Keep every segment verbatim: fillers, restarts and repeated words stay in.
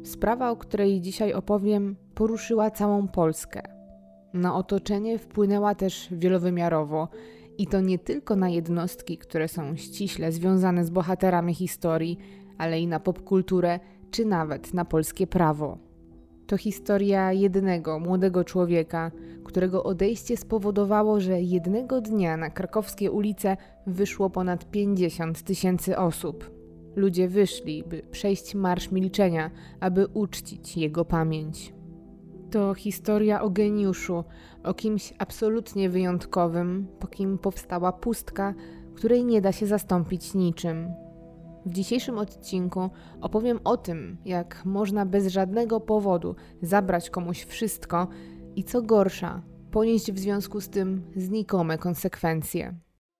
Sprawa, o której dzisiaj opowiem, poruszyła całą Polskę. Na otoczenie wpłynęła też wielowymiarowo i to nie tylko na jednostki, które są ściśle związane z bohaterami historii, ale i na popkulturę czy nawet na polskie prawo. To historia jednego młodego człowieka, którego odejście spowodowało, że jednego dnia na krakowskie ulice wyszło ponad pięćdziesiąt tysięcy osób. Ludzie wyszli, by przejść marsz milczenia, aby uczcić jego pamięć. To historia o geniuszu, o kimś absolutnie wyjątkowym, po kim powstała pustka, której nie da się zastąpić niczym. W dzisiejszym odcinku opowiem o tym, jak można bez żadnego powodu zabrać komuś wszystko i co gorsza, ponieść w związku z tym znikome konsekwencje.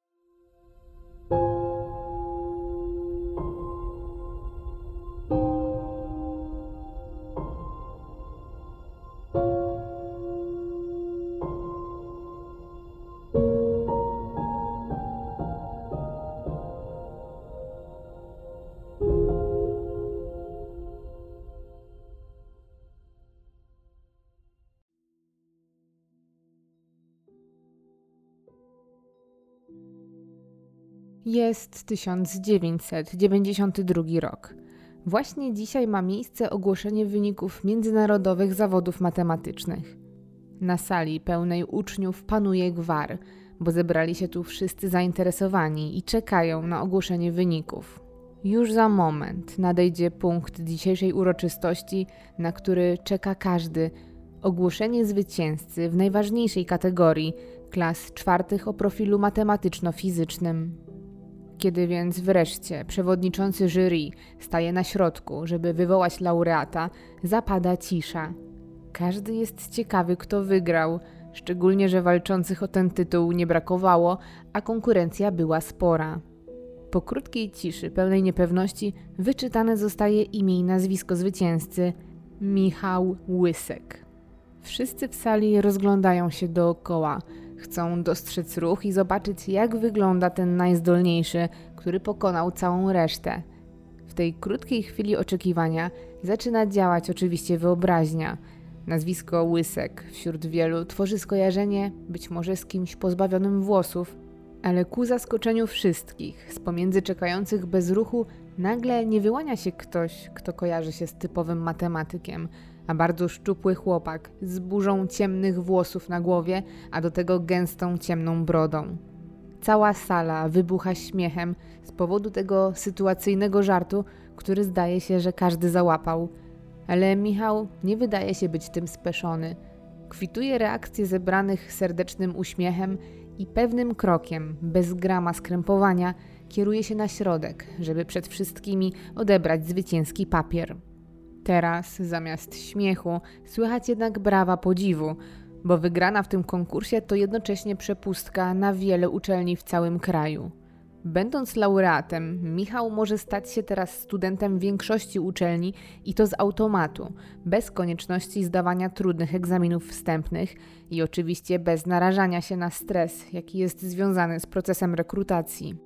Jest tysiąc dziewięćset dziewięćdziesiąty drugi rok. Właśnie dzisiaj ma miejsce ogłoszenie wyników międzynarodowych zawodów matematycznych. Na sali pełnej uczniów panuje gwar, bo zebrali się tu wszyscy zainteresowani i czekają na ogłoszenie wyników. Już za moment nadejdzie punkt dzisiejszej uroczystości, na który czeka każdy. Ogłoszenie zwycięzcy w najważniejszej kategorii klas czwartych o profilu matematyczno-fizycznym. Kiedy więc wreszcie przewodniczący jury staje na środku, żeby wywołać laureata, zapada cisza. Każdy jest ciekawy, kto wygrał, szczególnie że walczących o ten tytuł nie brakowało, a konkurencja była spora. Po krótkiej ciszy, pełnej niepewności, wyczytane zostaje imię i nazwisko zwycięzcy – Michał Łysek. Wszyscy w sali rozglądają się dookoła. Chcą dostrzec ruch i zobaczyć, jak wygląda ten najzdolniejszy, który pokonał całą resztę. W tej krótkiej chwili oczekiwania zaczyna działać oczywiście wyobraźnia. Nazwisko Łysek wśród wielu tworzy skojarzenie być może z kimś pozbawionym włosów, ale ku zaskoczeniu wszystkich, z pomiędzy czekających bez ruchu, nagle nie wyłania się ktoś, kto kojarzy się z typowym matematykiem, a bardzo szczupły chłopak z burzą ciemnych włosów na głowie, a do tego gęstą ciemną brodą. Cała sala wybucha śmiechem z powodu tego sytuacyjnego żartu, który zdaje się, że każdy załapał. Ale Michał nie wydaje się być tym speszony. Kwituje reakcję zebranych serdecznym uśmiechem i pewnym krokiem, bez grama skrępowania, kieruje się na środek, żeby przed wszystkimi odebrać zwycięski papier. Teraz zamiast śmiechu słychać jednak brawa podziwu, bo wygrana w tym konkursie to jednocześnie przepustka na wiele uczelni w całym kraju. Będąc laureatem, Michał może stać się teraz studentem większości uczelni i to z automatu, bez konieczności zdawania trudnych egzaminów wstępnych i oczywiście bez narażania się na stres, jaki jest związany z procesem rekrutacji.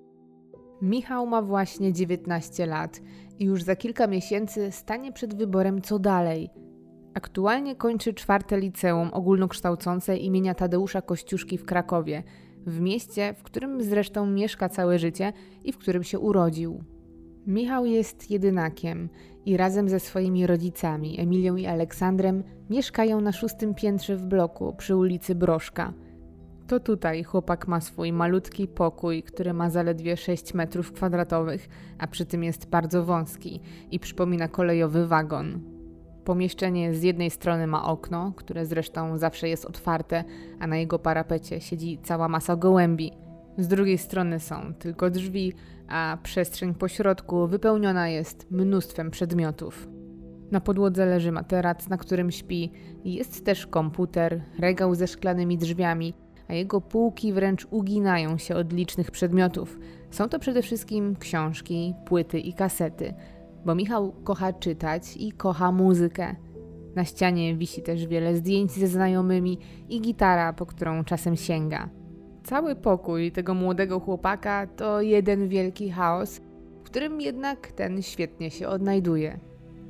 Michał ma właśnie dziewiętnaście lat i już za kilka miesięcy stanie przed wyborem co dalej. Aktualnie kończy czwarte liceum ogólnokształcące imienia Tadeusza Kościuszki w Krakowie, w mieście, w którym zresztą mieszka całe życie i w którym się urodził. Michał jest jedynakiem i razem ze swoimi rodzicami, Emilią i Aleksandrem, mieszkają na szóstym piętrze w bloku przy ulicy Broszka. To tutaj chłopak ma swój malutki pokój, który ma zaledwie sześć metrów kwadratowych, a przy tym jest bardzo wąski i przypomina kolejowy wagon. Pomieszczenie z jednej strony ma okno, które zresztą zawsze jest otwarte, a na jego parapecie siedzi cała masa gołębi. Z drugiej strony są tylko drzwi, a przestrzeń po środku wypełniona jest mnóstwem przedmiotów. Na podłodze leży materac, na którym śpi, jest też komputer, regał ze szklanymi drzwiami, a jego półki wręcz uginają się od licznych przedmiotów. Są to przede wszystkim książki, płyty i kasety, bo Michał kocha czytać i kocha muzykę. Na ścianie wisi też wiele zdjęć ze znajomymi i gitara, po którą czasem sięga. Cały pokój tego młodego chłopaka to jeden wielki chaos, w którym jednak ten świetnie się odnajduje.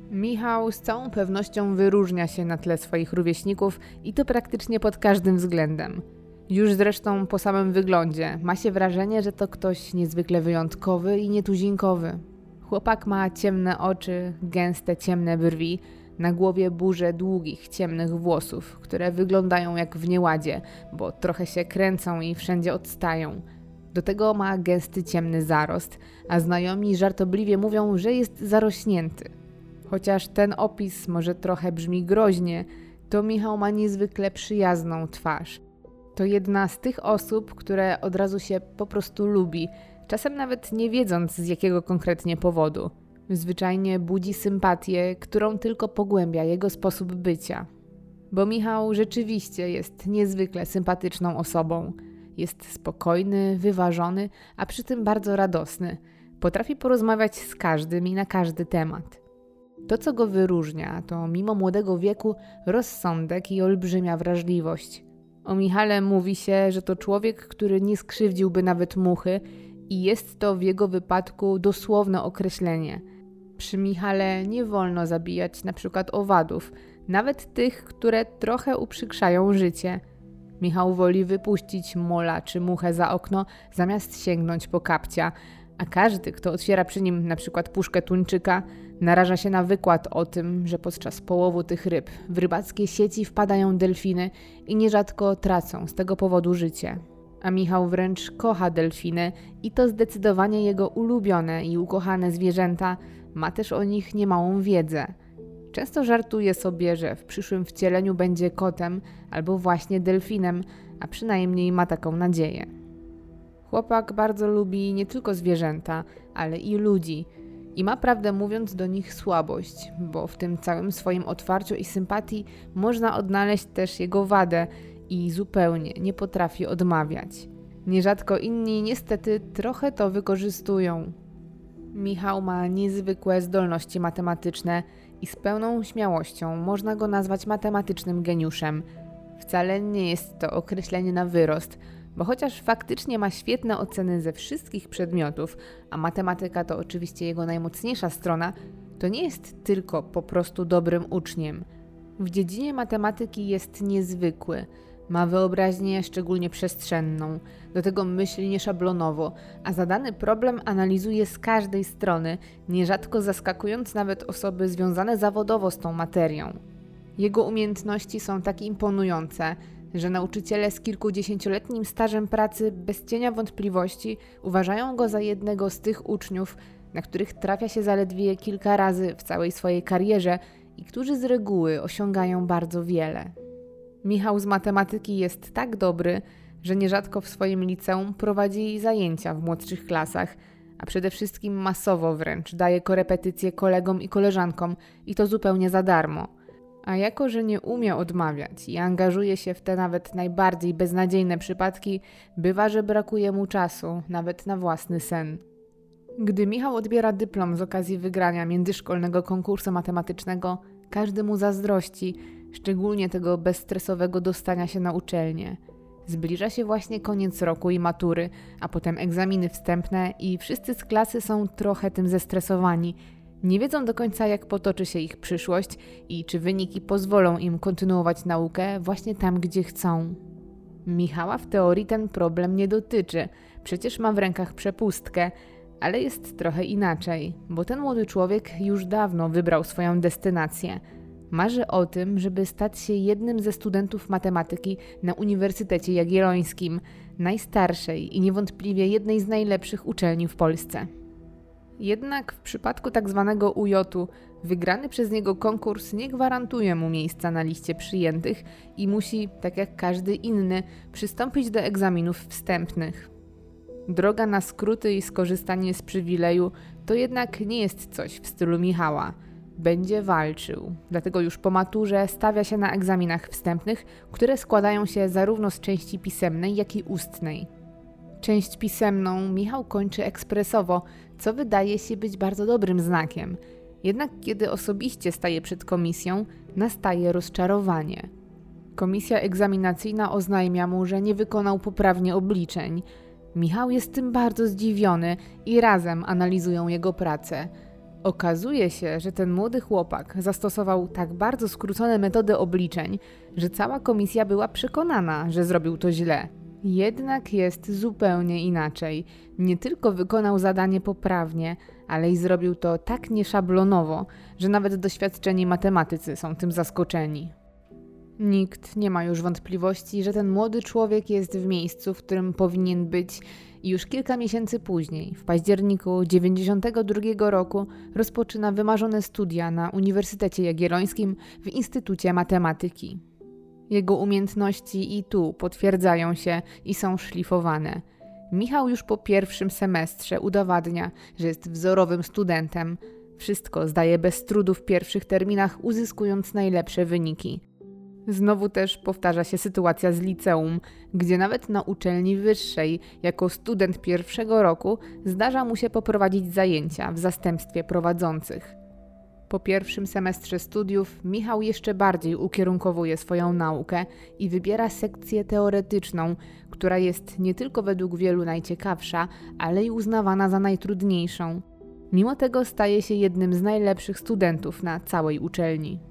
Michał z całą pewnością wyróżnia się na tle swoich rówieśników i to praktycznie pod każdym względem. Już zresztą po samym wyglądzie ma się wrażenie, że to ktoś niezwykle wyjątkowy i nietuzinkowy. Chłopak ma ciemne oczy, gęste ciemne brwi, na głowie burzę długich, ciemnych włosów, które wyglądają jak w nieładzie, bo trochę się kręcą i wszędzie odstają. Do tego ma gęsty ciemny zarost, a znajomi żartobliwie mówią, że jest zarośnięty. Chociaż ten opis może trochę brzmi groźnie, to Michał ma niezwykle przyjazną twarz. To jedna z tych osób, które od razu się po prostu lubi, czasem nawet nie wiedząc z jakiego konkretnie powodu. Zwyczajnie budzi sympatię, którą tylko pogłębia jego sposób bycia. Bo Michał rzeczywiście jest niezwykle sympatyczną osobą. Jest spokojny, wyważony, a przy tym bardzo radosny. Potrafi porozmawiać z każdym i na każdy temat. To, co go wyróżnia, to mimo młodego wieku rozsądek i olbrzymia wrażliwość. O Michale mówi się, że to człowiek, który nie skrzywdziłby nawet muchy i jest to w jego wypadku dosłowne określenie. Przy Michale nie wolno zabijać na przykład owadów, nawet tych, które trochę uprzykrzają życie. Michał woli wypuścić mola czy muchę za okno, zamiast sięgnąć po kapcia, a każdy, kto otwiera przy nim na przykład puszkę tuńczyka, naraża się na wykład o tym, że podczas połowu tych ryb w rybackie sieci wpadają delfiny i nierzadko tracą z tego powodu życie. A Michał wręcz kocha delfiny i to zdecydowanie jego ulubione i ukochane zwierzęta, ma też o nich niemałą wiedzę. Często żartuje sobie, że w przyszłym wcieleniu będzie kotem albo właśnie delfinem, a przynajmniej ma taką nadzieję. Chłopak bardzo lubi nie tylko zwierzęta, ale i ludzi i ma prawdę mówiąc do nich słabość, bo w tym całym swoim otwarciu i sympatii można odnaleźć też jego wadę i zupełnie nie potrafi odmawiać. Nierzadko inni niestety trochę to wykorzystują. Michał ma niezwykłe zdolności matematyczne i z pełną śmiałością można go nazwać matematycznym geniuszem. Wcale nie jest to określenie na wyrost, bo chociaż faktycznie ma świetne oceny ze wszystkich przedmiotów, a matematyka to oczywiście jego najmocniejsza strona, to nie jest tylko po prostu dobrym uczniem. W dziedzinie matematyki jest niezwykły. Ma wyobraźnię szczególnie przestrzenną, do tego myśli nieszablonowo, a zadany problem analizuje z każdej strony, nierzadko zaskakując nawet osoby związane zawodowo z tą materią. Jego umiejętności są tak imponujące, że nauczyciele z kilkudziesięcioletnim stażem pracy bez cienia wątpliwości uważają go za jednego z tych uczniów, na których trafia się zaledwie kilka razy w całej swojej karierze i którzy z reguły osiągają bardzo wiele. Michał z matematyki jest tak dobry, że nierzadko w swoim liceum prowadzi zajęcia w młodszych klasach, a przede wszystkim masowo wręcz daje korepetycje kolegom i koleżankom i to zupełnie za darmo. A jako, że nie umie odmawiać i angażuje się w te nawet najbardziej beznadziejne przypadki, bywa, że brakuje mu czasu nawet na własny sen. Gdy Michał odbiera dyplom z okazji wygrania międzyszkolnego konkursu matematycznego, każdy mu zazdrości, szczególnie tego bezstresowego dostania się na uczelnię. Zbliża się właśnie koniec roku i matury, a potem egzaminy wstępne i wszyscy z klasy są trochę tym zestresowani. Nie wiedzą do końca, jak potoczy się ich przyszłość i czy wyniki pozwolą im kontynuować naukę właśnie tam, gdzie chcą. Michała w teorii ten problem nie dotyczy, przecież ma w rękach przepustkę, ale jest trochę inaczej, bo ten młody człowiek już dawno wybrał swoją destynację. Marzy o tym, żeby stać się jednym ze studentów matematyki na Uniwersytecie Jagiellońskim, najstarszej i niewątpliwie jednej z najlepszych uczelni w Polsce. Jednak w przypadku tak zwanego U J-u wygrany przez niego konkurs nie gwarantuje mu miejsca na liście przyjętych i musi, tak jak każdy inny, przystąpić do egzaminów wstępnych. Droga na skróty i skorzystanie z przywileju to jednak nie jest coś w stylu Michała. Będzie walczył, dlatego już po maturze stawia się na egzaminach wstępnych, które składają się zarówno z części pisemnej, jak i ustnej. Część pisemną Michał kończy ekspresowo, co wydaje się być bardzo dobrym znakiem. Jednak kiedy osobiście staje przed komisją, nastaje rozczarowanie. Komisja egzaminacyjna oznajmia mu, że nie wykonał poprawnie obliczeń. Michał jest tym bardzo zdziwiony i razem analizują jego pracę. Okazuje się, że ten młody chłopak zastosował tak bardzo skrócone metody obliczeń, że cała komisja była przekonana, że zrobił to źle. Jednak jest zupełnie inaczej. Nie tylko wykonał zadanie poprawnie, ale i zrobił to tak nieszablonowo, że nawet doświadczeni matematycy są tym zaskoczeni. Nikt nie ma już wątpliwości, że ten młody człowiek jest w miejscu, w którym powinien być i już kilka miesięcy później, w październiku dziewięćdziesiątego drugiego roku, rozpoczyna wymarzone studia na Uniwersytecie Jagiellońskim w Instytucie Matematyki. Jego umiejętności i tu potwierdzają się i są szlifowane. Michał już po pierwszym semestrze udowadnia, że jest wzorowym studentem. Wszystko zdaje bez trudu w pierwszych terminach, uzyskując najlepsze wyniki. Znowu też powtarza się sytuacja z liceum, gdzie nawet na uczelni wyższej, jako student pierwszego roku, zdarza mu się poprowadzić zajęcia w zastępstwie prowadzących. Po pierwszym semestrze studiów Michał jeszcze bardziej ukierunkowuje swoją naukę i wybiera sekcję teoretyczną, która jest nie tylko według wielu najciekawsza, ale i uznawana za najtrudniejszą. Mimo tego staje się jednym z najlepszych studentów na całej uczelni.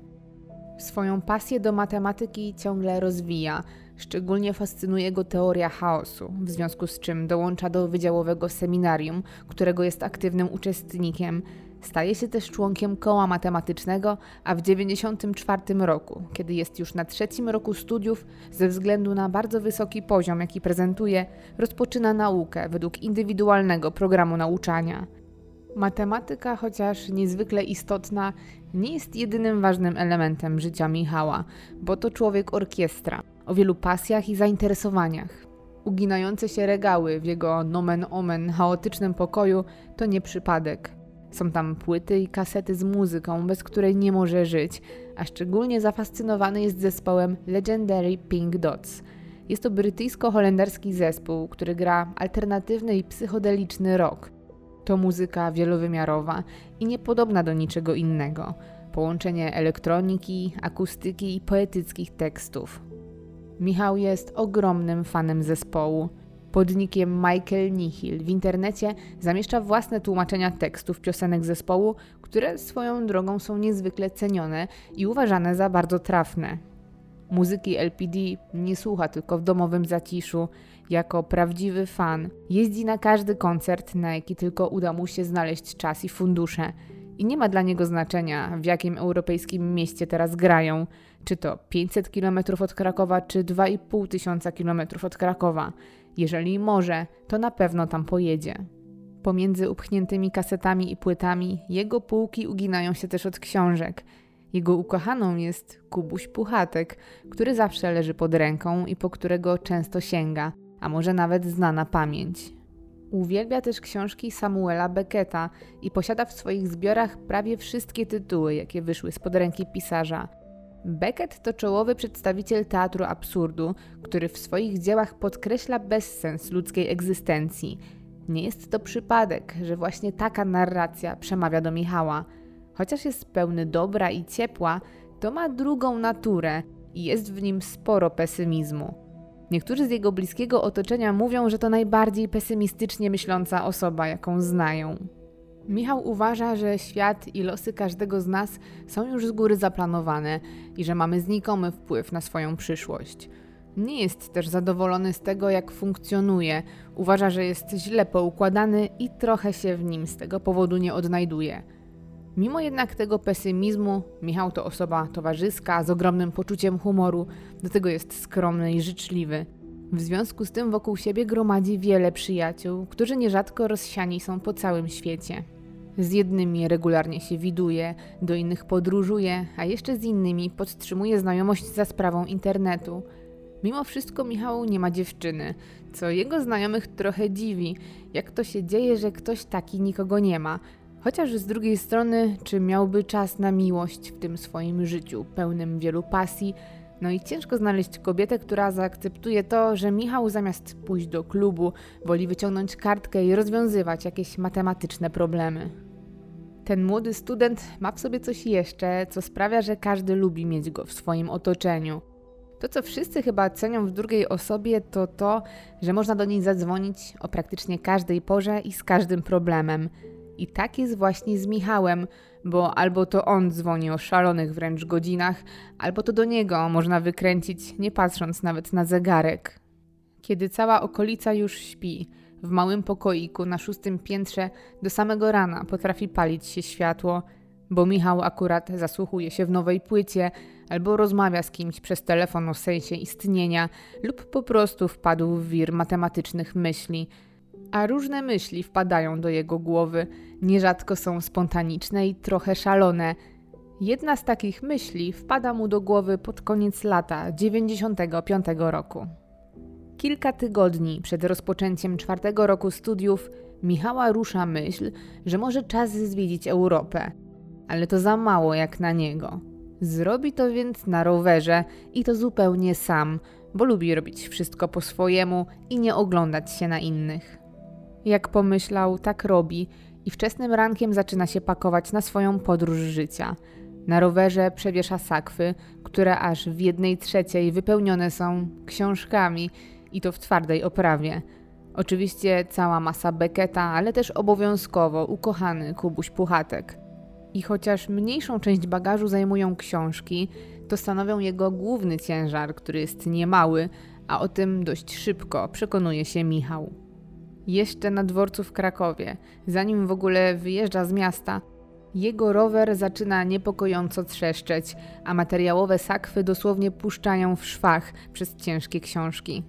Swoją pasję do matematyki ciągle rozwija, szczególnie fascynuje go teoria chaosu, w związku z czym dołącza do wydziałowego seminarium, którego jest aktywnym uczestnikiem. Staje się też członkiem koła matematycznego, a w dziewięćdziesiątym czwartym roku, kiedy jest już na trzecim roku studiów, ze względu na bardzo wysoki poziom, jaki prezentuje, rozpoczyna naukę według indywidualnego programu nauczania. Matematyka, chociaż niezwykle istotna, nie jest jedynym ważnym elementem życia Michała, bo to człowiek orkiestra, o wielu pasjach i zainteresowaniach. Uginające się regały w jego nomen omen chaotycznym pokoju to nie przypadek. Są tam płyty i kasety z muzyką, bez której nie może żyć, a szczególnie zafascynowany jest zespołem Legendary Pink Dots. Jest to brytyjsko-holenderski zespół, który gra alternatywny i psychodeliczny rock. To muzyka wielowymiarowa i niepodobna do niczego innego. Połączenie elektroniki, akustyki i poetyckich tekstów. Michał jest ogromnym fanem zespołu. Pod nickiem Michael Nihil w internecie zamieszcza własne tłumaczenia tekstów piosenek zespołu, które swoją drogą są niezwykle cenione i uważane za bardzo trafne. Muzyki L P D nie słucha tylko w domowym zaciszu. Jako prawdziwy fan jeździ na każdy koncert, na jaki tylko uda mu się znaleźć czas i fundusze. I nie ma dla niego znaczenia, w jakim europejskim mieście teraz grają. Czy to pięćset kilometrów od Krakowa, czy dwa i pół tysiąca kilometrów od Krakowa. Jeżeli może, to na pewno tam pojedzie. Pomiędzy upchniętymi kasetami i płytami jego półki uginają się też od książek. Jego ukochaną jest Kubuś Puchatek, który zawsze leży pod ręką i po którego często sięga, a może nawet zna na pamięć. Uwielbia też książki Samuela Becketa i posiada w swoich zbiorach prawie wszystkie tytuły, jakie wyszły spod ręki pisarza. Beckett to czołowy przedstawiciel teatru absurdu, który w swoich dziełach podkreśla bezsens ludzkiej egzystencji. Nie jest to przypadek, że właśnie taka narracja przemawia do Michała. Chociaż jest pełny dobra i ciepła, to ma drugą naturę i jest w nim sporo pesymizmu. Niektórzy z jego bliskiego otoczenia mówią, że to najbardziej pesymistycznie myśląca osoba, jaką znają. Michał uważa, że świat i losy każdego z nas są już z góry zaplanowane i że mamy znikomy wpływ na swoją przyszłość. Nie jest też zadowolony z tego, jak funkcjonuje. Uważa, że jest źle poukładany i trochę się w nim z tego powodu nie odnajduje. Mimo jednak tego pesymizmu, Michał to osoba towarzyska, z ogromnym poczuciem humoru, do tego jest skromny i życzliwy. W związku z tym wokół siebie gromadzi wiele przyjaciół, którzy nierzadko rozsiani są po całym świecie. Z jednymi regularnie się widuje, do innych podróżuje, a jeszcze z innymi podtrzymuje znajomość za sprawą internetu. Mimo wszystko Michał nie ma dziewczyny, co jego znajomych trochę dziwi, jak to się dzieje, że ktoś taki nikogo nie ma. Chociaż z drugiej strony, czy miałby czas na miłość w tym swoim życiu, pełnym wielu pasji, no i ciężko znaleźć kobietę, która zaakceptuje to, że Michał zamiast pójść do klubu, woli wyciągnąć kartkę i rozwiązywać jakieś matematyczne problemy. Ten młody student ma w sobie coś jeszcze, co sprawia, że każdy lubi mieć go w swoim otoczeniu. To, co wszyscy chyba cenią w drugiej osobie, to to, że można do niej zadzwonić o praktycznie każdej porze i z każdym problemem. I tak jest właśnie z Michałem, bo albo to on dzwoni o szalonych wręcz godzinach, albo to do niego można wykręcić, nie patrząc nawet na zegarek. Kiedy cała okolica już śpi, w małym pokoiku na szóstym piętrze do samego rana potrafi palić się światło, bo Michał akurat zasłuchuje się w nowej płycie albo rozmawia z kimś przez telefon o sensie istnienia lub po prostu wpadł w wir matematycznych myśli. A różne myśli wpadają do jego głowy, nierzadko są spontaniczne i trochę szalone. Jedna z takich myśli wpada mu do głowy pod koniec lata dziewięćdziesiątego piątego roku. Kilka tygodni przed rozpoczęciem czwartego roku studiów Michała rusza myśl, że może czas zwiedzić Europę. Ale to za mało jak na niego. Zrobi to więc na rowerze i to zupełnie sam, bo lubi robić wszystko po swojemu i nie oglądać się na innych. Jak pomyślał, tak robi i wczesnym rankiem zaczyna się pakować na swoją podróż życia. Na rowerze przewiesza sakwy, które aż w jednej trzeciej wypełnione są książkami i to w twardej oprawie. Oczywiście cała masa Becketa, ale też obowiązkowo ukochany Kubuś Puchatek. I chociaż mniejszą część bagażu zajmują książki, to stanowią jego główny ciężar, który jest niemały, a o tym dość szybko przekonuje się Michał. Jeszcze na dworcu w Krakowie, zanim w ogóle wyjeżdża z miasta, jego rower zaczyna niepokojąco trzeszczeć, a materiałowe sakwy dosłownie puszczają w szwach przez ciężkie książki.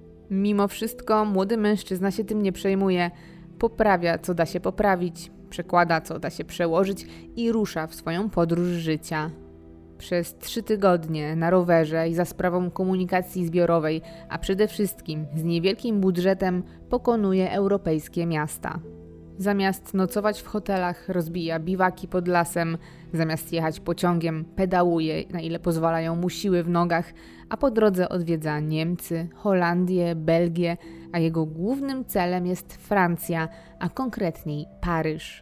Mimo wszystko młody mężczyzna się tym nie przejmuje, poprawia co da się poprawić, przekłada co da się przełożyć i rusza w swoją podróż życia. Przez trzy tygodnie na rowerze i za sprawą komunikacji zbiorowej, a przede wszystkim z niewielkim budżetem pokonuje europejskie miasta. Zamiast nocować w hotelach, rozbija biwaki pod lasem, zamiast jechać pociągiem, pedałuje, na ile pozwalają mu siły w nogach, a po drodze odwiedza Niemcy, Holandię, Belgię, a jego głównym celem jest Francja, a konkretniej Paryż.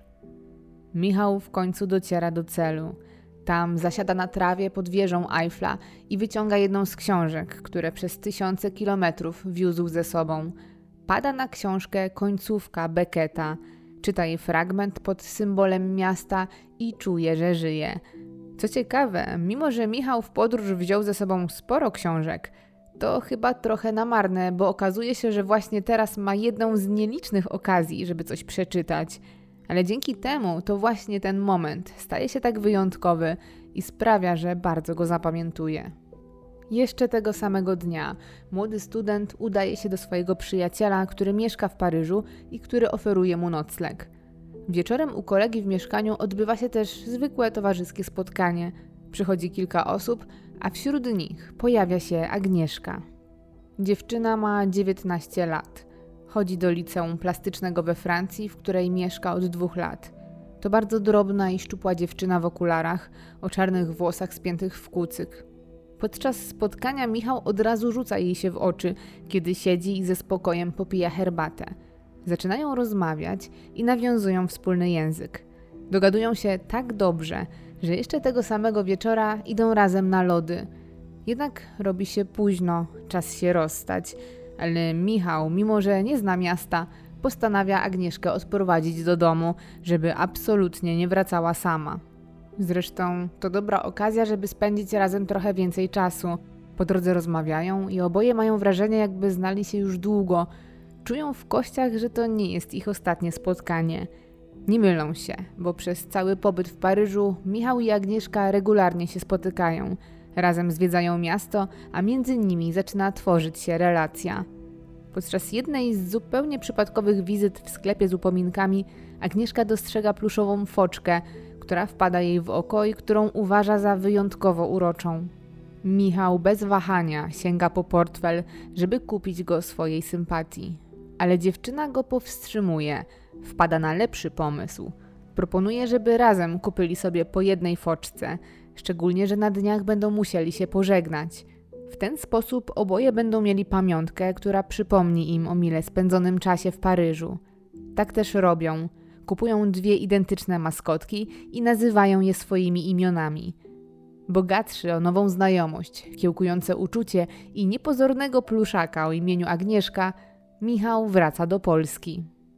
Michał w końcu dociera do celu. Tam zasiada na trawie pod wieżą Eiffla i wyciąga jedną z książek, które przez tysiące kilometrów wiózł ze sobą. Pada na książkę końcówka Becketa, czyta jej fragment pod symbolem miasta i czuje, że żyje. Co ciekawe, mimo że Michał w podróż wziął ze sobą sporo książek, to chyba trochę na marne, bo okazuje się, że właśnie teraz ma jedną z nielicznych okazji, żeby coś przeczytać. Ale dzięki temu to właśnie ten moment staje się tak wyjątkowy i sprawia, że bardzo go zapamiętuje. Jeszcze tego samego dnia młody student udaje się do swojego przyjaciela, który mieszka w Paryżu i który oferuje mu nocleg. Wieczorem u kolegi w mieszkaniu odbywa się też zwykłe towarzyskie spotkanie. Przychodzi kilka osób, a wśród nich pojawia się Agnieszka. Dziewczyna ma dziewiętnaście lat. Chodzi do liceum plastycznego we Francji, w której mieszka od dwóch lat. To bardzo drobna i szczupła dziewczyna w okularach, o czarnych włosach spiętych w kucyk. Podczas spotkania Michał od razu rzuca jej się w oczy, kiedy siedzi i ze spokojem popija herbatę. Zaczynają rozmawiać i nawiązują wspólny język. Dogadują się tak dobrze, że jeszcze tego samego wieczora idą razem na lody. Jednak robi się późno, czas się rozstać, ale Michał, mimo że nie zna miasta, postanawia Agnieszkę odprowadzić do domu, żeby absolutnie nie wracała sama. Zresztą to dobra okazja, żeby spędzić razem trochę więcej czasu. Po drodze rozmawiają i oboje mają wrażenie, jakby znali się już długo. Czują w kościach, że to nie jest ich ostatnie spotkanie. Nie mylą się, bo przez cały pobyt w Paryżu Michał i Agnieszka regularnie się spotykają. Razem zwiedzają miasto, a między nimi zaczyna tworzyć się relacja. Podczas jednej z zupełnie przypadkowych wizyt w sklepie z upominkami Agnieszka dostrzega pluszową foczkę, która wpada jej w oko i którą uważa za wyjątkowo uroczą. Michał bez wahania sięga po portfel, żeby kupić go swojej sympatii. Ale dziewczyna go powstrzymuje, wpada na lepszy pomysł. Proponuje, żeby razem kupili sobie po jednej foczce, szczególnie, że na dniach będą musieli się pożegnać. W ten sposób oboje będą mieli pamiątkę, która przypomni im o mile spędzonym czasie w Paryżu. Tak też robią. Kupują dwie identyczne maskotki i nazywają je swoimi imionami. Bogatszy o nową znajomość, kiełkujące uczucie i niepozornego pluszaka o imieniu Agnieszka, Michał wraca do Polski.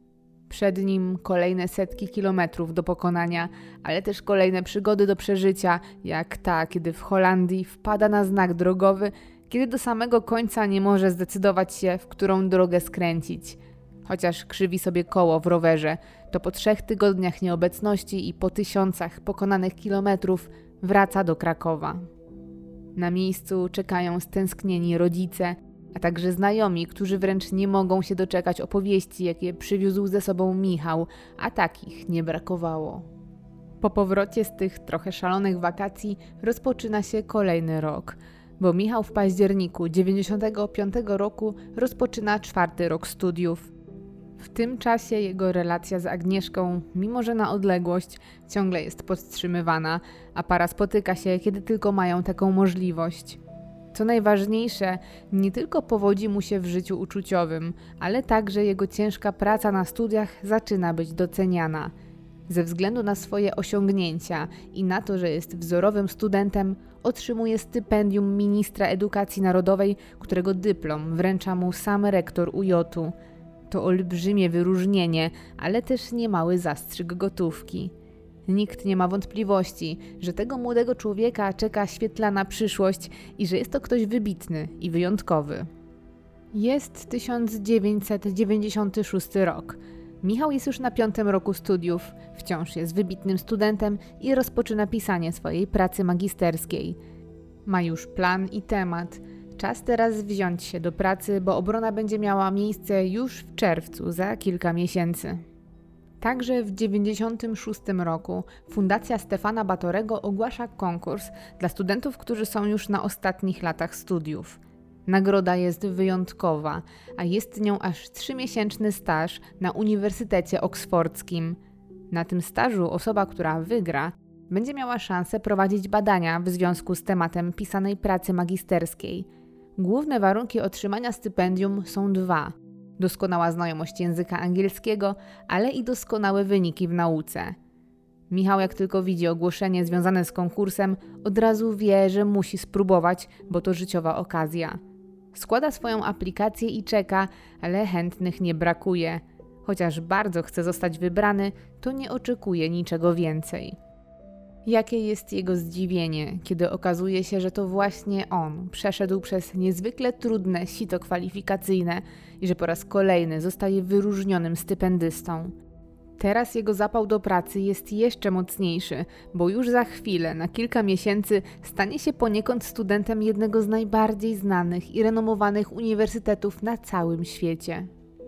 Przed nim kolejne setki kilometrów do pokonania, ale też kolejne przygody do przeżycia, jak ta, kiedy w Holandii wpada na znak drogowy, kiedy do samego końca nie może zdecydować się, w którą drogę skręcić. Chociaż krzywi sobie koło w rowerze, to po trzech tygodniach nieobecności i po tysiącach pokonanych kilometrów wraca do Krakowa. Na miejscu czekają stęsknieni rodzice, a także znajomi, którzy wręcz nie mogą się doczekać opowieści, jakie przywiózł ze sobą Michał, a takich nie brakowało. Po powrocie z tych trochę szalonych wakacji rozpoczyna się kolejny rok, bo Michał w październiku dziewięćdziesiątego piątego roku rozpoczyna czwarty rok studiów. W tym czasie jego relacja z Agnieszką, mimo że na odległość, ciągle jest podtrzymywana, a para spotyka się, kiedy tylko mają taką możliwość. Co najważniejsze, nie tylko powodzi mu się w życiu uczuciowym, ale także jego ciężka praca na studiach zaczyna być doceniana. Ze względu na swoje osiągnięcia i na to, że jest wzorowym studentem, otrzymuje stypendium ministra edukacji narodowej, którego dyplom wręcza mu sam rektor U J-u. To olbrzymie wyróżnienie, ale też niemały zastrzyk gotówki. Nikt nie ma wątpliwości, że tego młodego człowieka czeka świetlana przyszłość i że jest to ktoś wybitny i wyjątkowy. Jest tysiąc dziewięćset dziewięćdziesiąty szósty rok. Michał jest już na piątym roku studiów, wciąż jest wybitnym studentem i rozpoczyna pisanie swojej pracy magisterskiej. Ma już plan i temat. Czas teraz wziąć się do pracy, bo obrona będzie miała miejsce już w czerwcu, za kilka miesięcy. Także w dziewięćdziesiątym szóstym roku Fundacja Stefana Batorego ogłasza konkurs dla studentów, którzy są już na ostatnich latach studiów. Nagroda jest wyjątkowa, a jest nią aż trzymiesięczny staż na Uniwersytecie Oksfordzkim. Na tym stażu osoba, która wygra, będzie miała szansę prowadzić badania w związku z tematem pisanej pracy magisterskiej. Główne warunki otrzymania stypendium są dwa. Doskonała znajomość języka angielskiego, ale i doskonałe wyniki w nauce. Michał, jak tylko widzi ogłoszenie związane z konkursem, od razu wie, że musi spróbować, bo to życiowa okazja. Składa swoją aplikację i czeka, ale chętnych nie brakuje. Chociaż bardzo chce zostać wybrany, to nie oczekuje niczego więcej. Jakie jest jego zdziwienie, kiedy okazuje się, że to właśnie on przeszedł przez niezwykle trudne sito kwalifikacyjne i że po raz kolejny zostaje wyróżnionym stypendystą. Teraz jego zapał do pracy jest jeszcze mocniejszy, bo już za chwilę, na kilka miesięcy, stanie się poniekąd studentem jednego z najbardziej znanych i renomowanych uniwersytetów na całym świecie.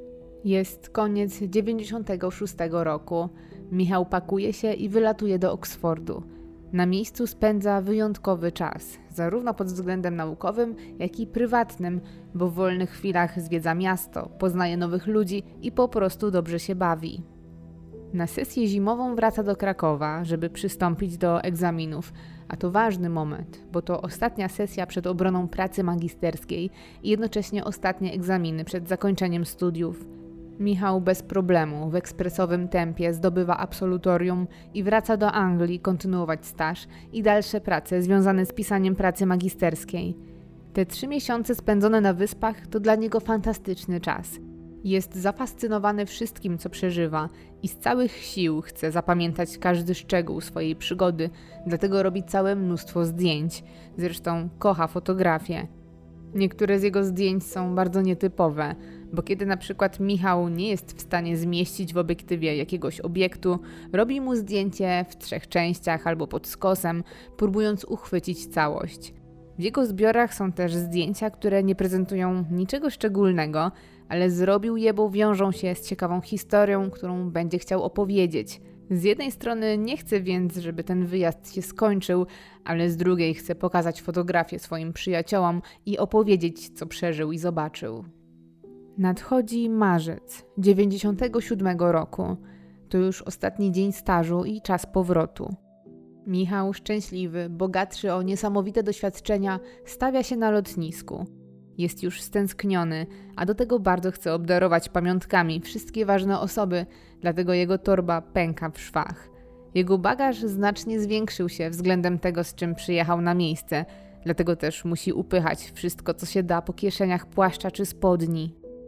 Jest koniec dziewięćdziesiątego szóstego roku. Michał pakuje się i wylatuje do Oksfordu. Na miejscu spędza wyjątkowy czas, zarówno pod względem naukowym, jak i prywatnym, bo w wolnych chwilach zwiedza miasto, poznaje nowych ludzi i po prostu dobrze się bawi. Na sesję zimową wraca do Krakowa, żeby przystąpić do egzaminów, a to ważny moment, bo to ostatnia sesja przed obroną pracy magisterskiej i jednocześnie ostatnie egzaminy przed zakończeniem studiów. Michał bez problemu w ekspresowym tempie zdobywa absolutorium i wraca do Anglii kontynuować staż i dalsze prace związane z pisaniem pracy magisterskiej. Te trzy miesiące spędzone na wyspach to dla niego fantastyczny czas. Jest zafascynowany wszystkim, co przeżywa i z całych sił chce zapamiętać każdy szczegół swojej przygody, dlatego robi całe mnóstwo zdjęć. Zresztą kocha fotografię. Niektóre z jego zdjęć są bardzo nietypowe, bo kiedy na przykład Michał nie jest w stanie zmieścić w obiektywie jakiegoś obiektu, robi mu zdjęcie w trzech częściach albo pod skosem, próbując uchwycić całość. W jego zbiorach są też zdjęcia, które nie prezentują niczego szczególnego, ale zrobił je, bo wiążą się z ciekawą historią, którą będzie chciał opowiedzieć. Z jednej strony nie chce więc, żeby ten wyjazd się skończył, ale z drugiej chce pokazać fotografię swoim przyjaciołom i opowiedzieć, co przeżył i zobaczył. Nadchodzi marzec dziewięćdziesiątego siódmego roku. To już ostatni dzień stażu i czas powrotu. Michał, szczęśliwy, bogatszy o niesamowite doświadczenia, stawia się na lotnisku. Jest już stęskniony, a do tego bardzo chce obdarować pamiątkami wszystkie ważne osoby, dlatego jego torba pęka w szwach. Jego bagaż znacznie zwiększył się względem tego, z czym przyjechał na miejsce, dlatego też musi upychać wszystko, co się da po kieszeniach płaszcza czy spodni.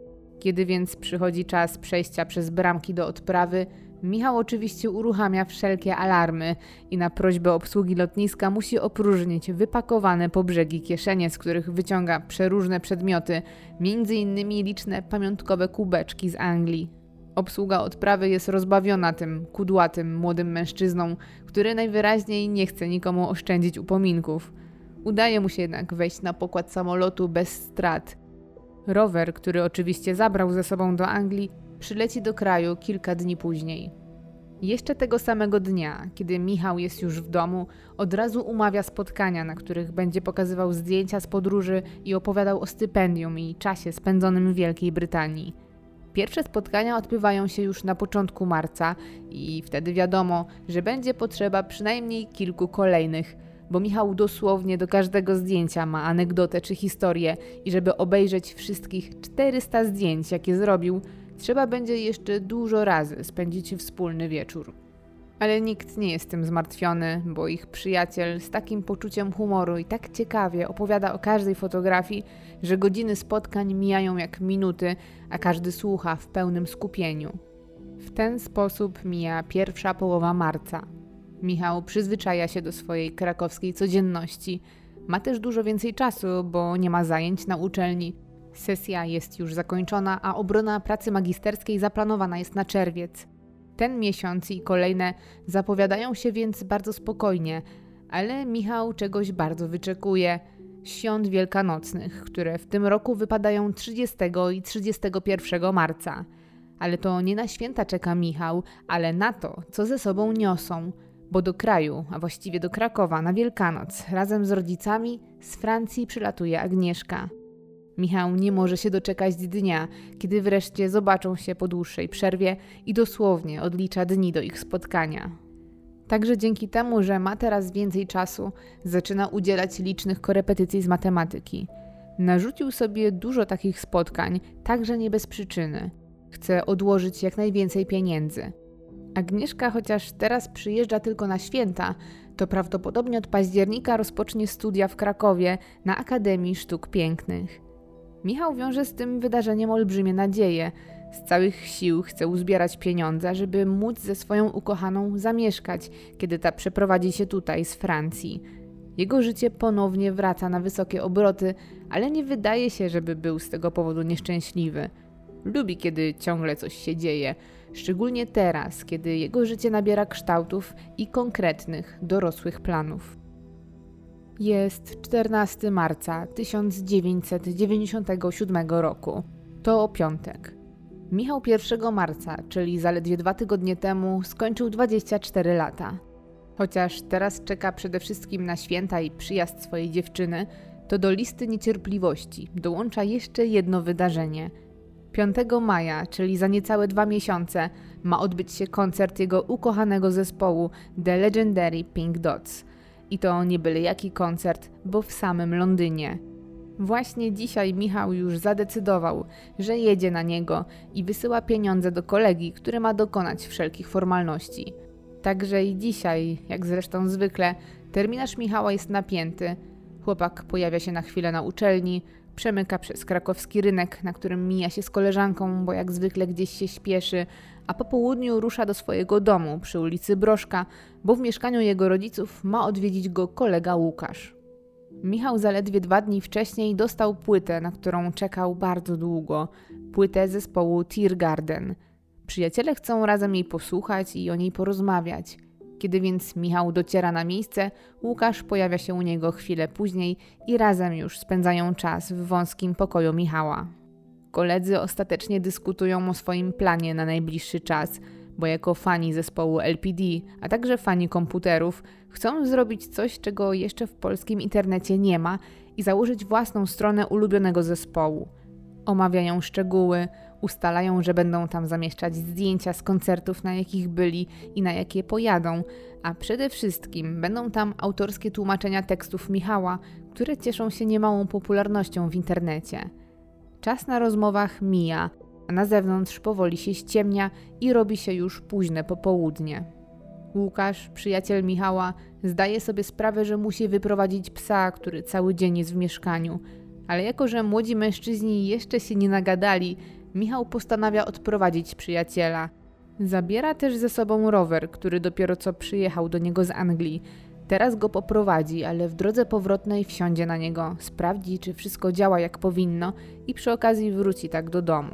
Kiedy więc przychodzi czas przejścia przez bramki do odprawy, Michał oczywiście uruchamia wszelkie alarmy i na prośbę obsługi lotniska musi opróżnić wypakowane po brzegi kieszenie, z których wyciąga przeróżne przedmioty, między innymi liczne pamiątkowe kubeczki z Anglii. Obsługa odprawy jest rozbawiona tym kudłatym młodym mężczyzną, który najwyraźniej nie chce nikomu oszczędzić upominków. Udaje mu się jednak wejść na pokład samolotu bez strat. Rower, który oczywiście zabrał ze sobą do Anglii, przyleci do kraju kilka dni później. Jeszcze tego samego dnia, kiedy Michał jest już w domu, od razu umawia spotkania, na których będzie pokazywał zdjęcia z podróży i opowiadał o stypendium i czasie spędzonym w Wielkiej Brytanii. Pierwsze spotkania odbywają się już na początku marca i wtedy wiadomo, że będzie potrzeba przynajmniej kilku kolejnych, bo Michał dosłownie do każdego zdjęcia ma anegdotę czy historię i żeby obejrzeć wszystkich czterysta zdjęć, jakie zrobił, trzeba będzie jeszcze dużo razy spędzić wspólny wieczór. Ale nikt nie jest tym zmartwiony, bo ich przyjaciel z takim poczuciem humoru i tak ciekawie opowiada o każdej fotografii, że godziny spotkań mijają jak minuty, a każdy słucha w pełnym skupieniu. W ten sposób mija pierwsza połowa marca. Michał przyzwyczaja się do swojej krakowskiej codzienności. Ma też dużo więcej czasu, bo nie ma zajęć na uczelni. Sesja jest już zakończona, a obrona pracy magisterskiej zaplanowana jest na czerwiec. Ten miesiąc i kolejne zapowiadają się więc bardzo spokojnie, ale Michał czegoś bardzo wyczekuje. Świąt wielkanocnych, które w tym roku wypadają trzydziestego i trzydziestego pierwszego marca. Ale to nie na święta czeka Michał, ale na to, co ze sobą niosą. Bo do kraju, a właściwie do Krakowa na Wielkanoc razem z rodzicami z Francji przylatuje Agnieszka. Michał nie może się doczekać dnia, kiedy wreszcie zobaczą się po dłuższej przerwie i dosłownie odlicza dni do ich spotkania. Także dzięki temu, że ma teraz więcej czasu, zaczyna udzielać licznych korepetycji z matematyki. Narzucił sobie dużo takich spotkań, także nie bez przyczyny. Chce odłożyć jak najwięcej pieniędzy. Agnieszka, chociaż teraz przyjeżdża tylko na święta, to prawdopodobnie od października rozpocznie studia w Krakowie na Akademii Sztuk Pięknych. Michał wiąże z tym wydarzeniem olbrzymie nadzieje. Z całych sił chce uzbierać pieniądze, żeby móc ze swoją ukochaną zamieszkać, kiedy ta przeprowadzi się tutaj z Francji. Jego życie ponownie wraca na wysokie obroty, ale nie wydaje się, żeby był z tego powodu nieszczęśliwy. Lubi, kiedy ciągle coś się dzieje, szczególnie teraz, kiedy jego życie nabiera kształtów i konkretnych, dorosłych planów. Jest czternastego marca tysiąc dziewięćset dziewięćdziesiątego siódmego roku. To piątek. Michał pierwszego marca, czyli zaledwie dwa tygodnie temu, skończył dwadzieścia cztery lata. Chociaż teraz czeka przede wszystkim na święta i przyjazd swojej dziewczyny, to do listy niecierpliwości dołącza jeszcze jedno wydarzenie. piątego maja, czyli za niecałe dwa miesiące, ma odbyć się koncert jego ukochanego zespołu The Legendary Pink Dots. I to nie byle jaki koncert, bo w samym Londynie. Właśnie dzisiaj Michał już zadecydował, że jedzie na niego i wysyła pieniądze do kolegi, który ma dokonać wszelkich formalności. Także i dzisiaj, jak zresztą zwykle, terminarz Michała jest napięty. Chłopak pojawia się na chwilę na uczelni, przemyka przez krakowski rynek, na którym mija się z koleżanką, bo jak zwykle gdzieś się śpieszy, a po południu rusza do swojego domu przy ulicy Broszka, bo w mieszkaniu jego rodziców ma odwiedzić go kolega Łukasz. Michał zaledwie dwa dni wcześniej dostał płytę, na którą czekał bardzo długo, płytę zespołu Tiergarten. Przyjaciele chcą razem jej posłuchać i o niej porozmawiać. Kiedy więc Michał dociera na miejsce, Łukasz pojawia się u niego chwilę później i razem już spędzają czas w wąskim pokoju Michała. Koledzy ostatecznie dyskutują o swoim planie na najbliższy czas, bo jako fani zespołu L P D, a także fani komputerów, chcą zrobić coś, czego jeszcze w polskim internecie nie ma i założyć własną stronę ulubionego zespołu. Omawiają szczegóły, ustalają, że będą tam zamieszczać zdjęcia z koncertów, na jakich byli i na jakie pojadą, a przede wszystkim będą tam autorskie tłumaczenia tekstów Michała, które cieszą się niemałą popularnością w internecie. Czas na rozmowach mija, a na zewnątrz powoli się ściemnia i robi się już późne popołudnie. Łukasz, przyjaciel Michała, zdaje sobie sprawę, że musi wyprowadzić psa, który cały dzień jest w mieszkaniu, ale jako że młodzi mężczyźni jeszcze się nie nagadali, Michał postanawia odprowadzić przyjaciela. Zabiera też ze sobą rower, który dopiero co przyjechał do niego z Anglii. Teraz go poprowadzi, ale w drodze powrotnej wsiądzie na niego, sprawdzi, czy wszystko działa jak powinno i przy okazji wróci tak do domu.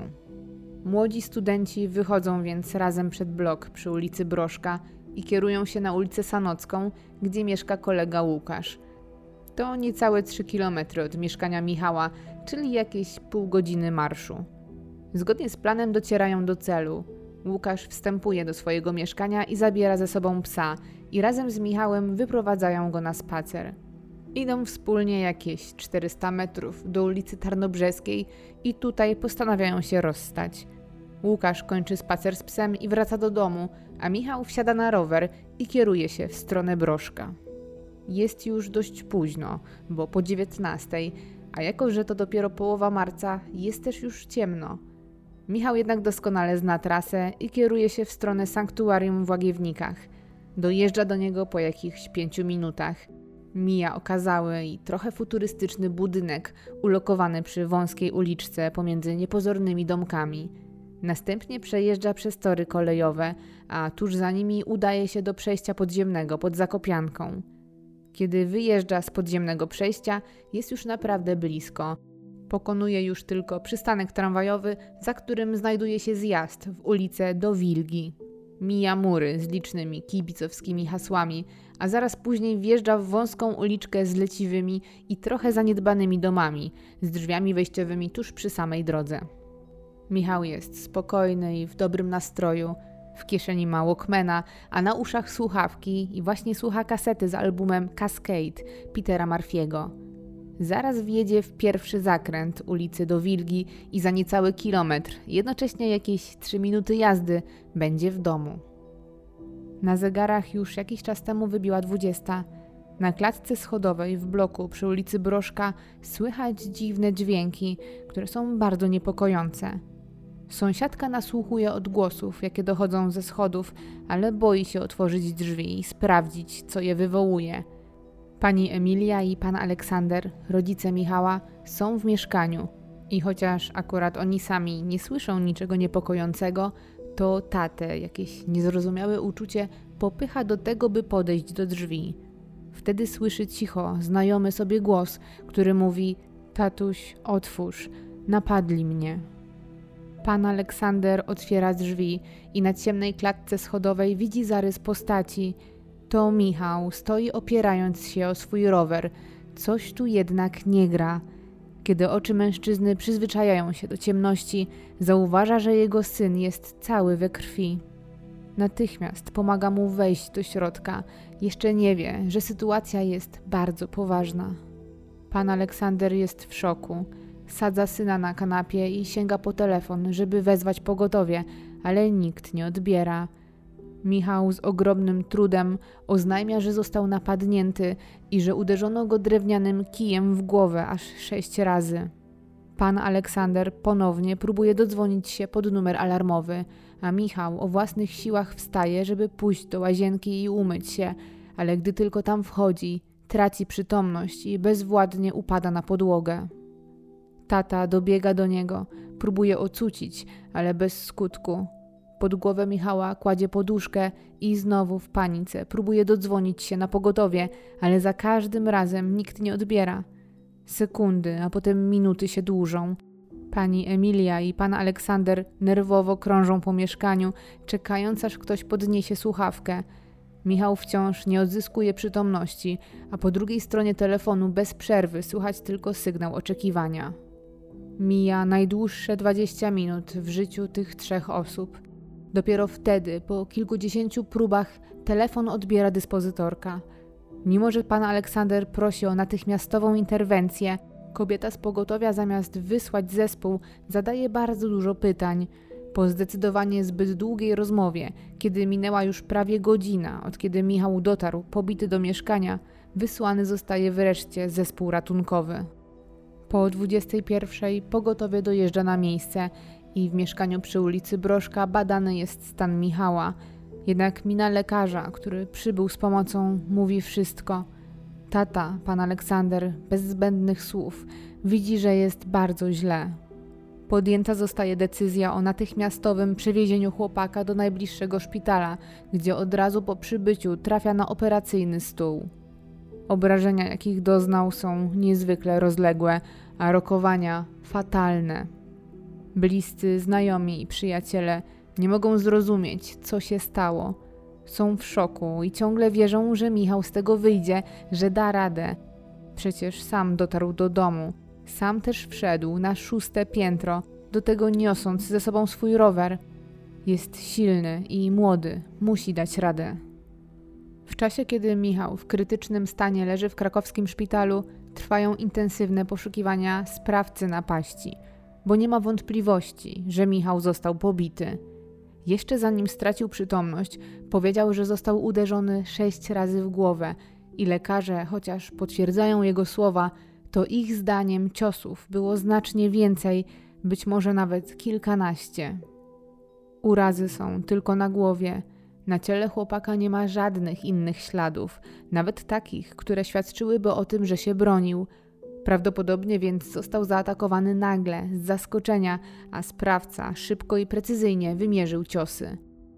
Młodzi studenci wychodzą więc razem przed blok przy ulicy Broszka i kierują się na ulicę Sanocką, gdzie mieszka kolega Łukasz. To niecałe trzy kilometry od mieszkania Michała, czyli jakieś pół godziny marszu. Zgodnie z planem docierają do celu. Łukasz wstępuje do swojego mieszkania i zabiera ze sobą psa i razem z Michałem wyprowadzają go na spacer. Idą wspólnie jakieś czterysta metrów do ulicy Tarnobrzeskiej i tutaj postanawiają się rozstać. Łukasz kończy spacer z psem i wraca do domu, a Michał wsiada na rower i kieruje się w stronę Broszka. Jest już dość późno, bo po dziewiętnastej, a jako że to dopiero połowa marca, jest też już ciemno. Michał jednak doskonale zna trasę i kieruje się w stronę sanktuarium w Łagiewnikach. Dojeżdża do niego po jakichś pięciu minutach. Mija okazały i trochę futurystyczny budynek ulokowany przy wąskiej uliczce pomiędzy niepozornymi domkami. Następnie przejeżdża przez tory kolejowe, a tuż za nimi udaje się do przejścia podziemnego pod Zakopianką. Kiedy wyjeżdża z podziemnego przejścia, jest już naprawdę blisko. Pokonuje już tylko przystanek tramwajowy, za którym znajduje się zjazd w ulicę do Wilgi. Mija mury z licznymi kibicowskimi hasłami, a zaraz później wjeżdża w wąską uliczkę z leciwymi i trochę zaniedbanymi domami, z drzwiami wejściowymi tuż przy samej drodze. Michał jest spokojny i w dobrym nastroju. W kieszeni ma Walkmana, a na uszach słuchawki i właśnie słucha kasety z albumem Cascade Petera Murphy'ego. Zaraz wjedzie w pierwszy zakręt ulicy do Wilgi i za niecały kilometr, jednocześnie jakieś trzy minuty jazdy, będzie w domu. Na zegarach już jakiś czas temu wybiła dwudziesta. Na klatce schodowej w bloku przy ulicy Broszka słychać dziwne dźwięki, które są bardzo niepokojące. Sąsiadka nasłuchuje odgłosów, jakie dochodzą ze schodów, ale boi się otworzyć drzwi i sprawdzić, co je wywołuje. Pani Emilia i pan Aleksander, rodzice Michała, są w mieszkaniu i chociaż akurat oni sami nie słyszą niczego niepokojącego, to tatę jakieś niezrozumiałe uczucie popycha do tego, by podejść do drzwi. Wtedy słyszy cicho znajomy sobie głos, który mówi: tatuś, otwórz, napadli mnie. Pan Aleksander otwiera drzwi i na ciemnej klatce schodowej widzi zarys postaci. To Michał stoi opierając się o swój rower. Coś tu jednak nie gra. Kiedy oczy mężczyzny przyzwyczajają się do ciemności, zauważa, że jego syn jest cały we krwi. Natychmiast pomaga mu wejść do środka. Jeszcze nie wie, że sytuacja jest bardzo poważna. Pan Aleksander jest w szoku. Sadza syna na kanapie i sięga po telefon, żeby wezwać pogotowie, ale nikt nie odbiera. Michał z ogromnym trudem oznajmia, że został napadnięty i że uderzono go drewnianym kijem w głowę aż sześć razy. Pan Aleksander ponownie próbuje dodzwonić się pod numer alarmowy, a Michał o własnych siłach wstaje, żeby pójść do łazienki i umyć się, ale gdy tylko tam wchodzi, traci przytomność i bezwładnie upada na podłogę. Tata dobiega do niego, próbuje ocucić, ale bez skutku. Pod głowę Michała kładzie poduszkę i znowu w panice próbuje dodzwonić się na pogotowie, ale za każdym razem nikt nie odbiera. Sekundy, a potem minuty się dłużą. Pani Emilia i pan Aleksander nerwowo krążą po mieszkaniu, czekając aż ktoś podniesie słuchawkę. Michał wciąż nie odzyskuje przytomności, a po drugiej stronie telefonu bez przerwy słychać tylko sygnał oczekiwania. Mija najdłuższe dwadzieścia minut w życiu tych trzech osób. Dopiero wtedy, po kilkudziesięciu próbach, telefon odbiera dyspozytorka. Mimo że pan Aleksander prosi o natychmiastową interwencję, kobieta z pogotowia zamiast wysłać zespół zadaje bardzo dużo pytań. Po zdecydowanie zbyt długiej rozmowie, kiedy minęła już prawie godzina, od kiedy Michał dotarł pobity do mieszkania, wysłany zostaje wreszcie zespół ratunkowy. Po dwudziestej pierwszej pogotowie dojeżdża na miejsce i w mieszkaniu przy ulicy Broszka badany jest stan Michała. Jednak mina lekarza, który przybył z pomocą, mówi wszystko. Tata, pan Aleksander, bez zbędnych słów, widzi, że jest bardzo źle. Podjęta zostaje decyzja o natychmiastowym przewiezieniu chłopaka do najbliższego szpitala, gdzie od razu po przybyciu trafia na operacyjny stół. Obrażenia, jakich doznał, są niezwykle rozległe, a rokowania fatalne. Bliscy, znajomi i przyjaciele nie mogą zrozumieć, co się stało. Są w szoku i ciągle wierzą, że Michał z tego wyjdzie, że da radę. Przecież sam dotarł do domu. Sam też wszedł na szóste piętro, do tego niosąc ze sobą swój rower. Jest silny i młody, musi dać radę. W czasie, kiedy Michał w krytycznym stanie leży w krakowskim szpitalu, trwają intensywne poszukiwania sprawcy napaści, bo nie ma wątpliwości, że Michał został pobity. Jeszcze zanim stracił przytomność, powiedział, że został uderzony sześć razy w głowę i lekarze, chociaż potwierdzają jego słowa, to ich zdaniem ciosów było znacznie więcej, być może nawet kilkanaście. Urazy są tylko na głowie. Na ciele chłopaka nie ma żadnych innych śladów, nawet takich, które świadczyłyby o tym, że się bronił. Prawdopodobnie więc został zaatakowany nagle, z zaskoczenia, a sprawca szybko i precyzyjnie wymierzył ciosy.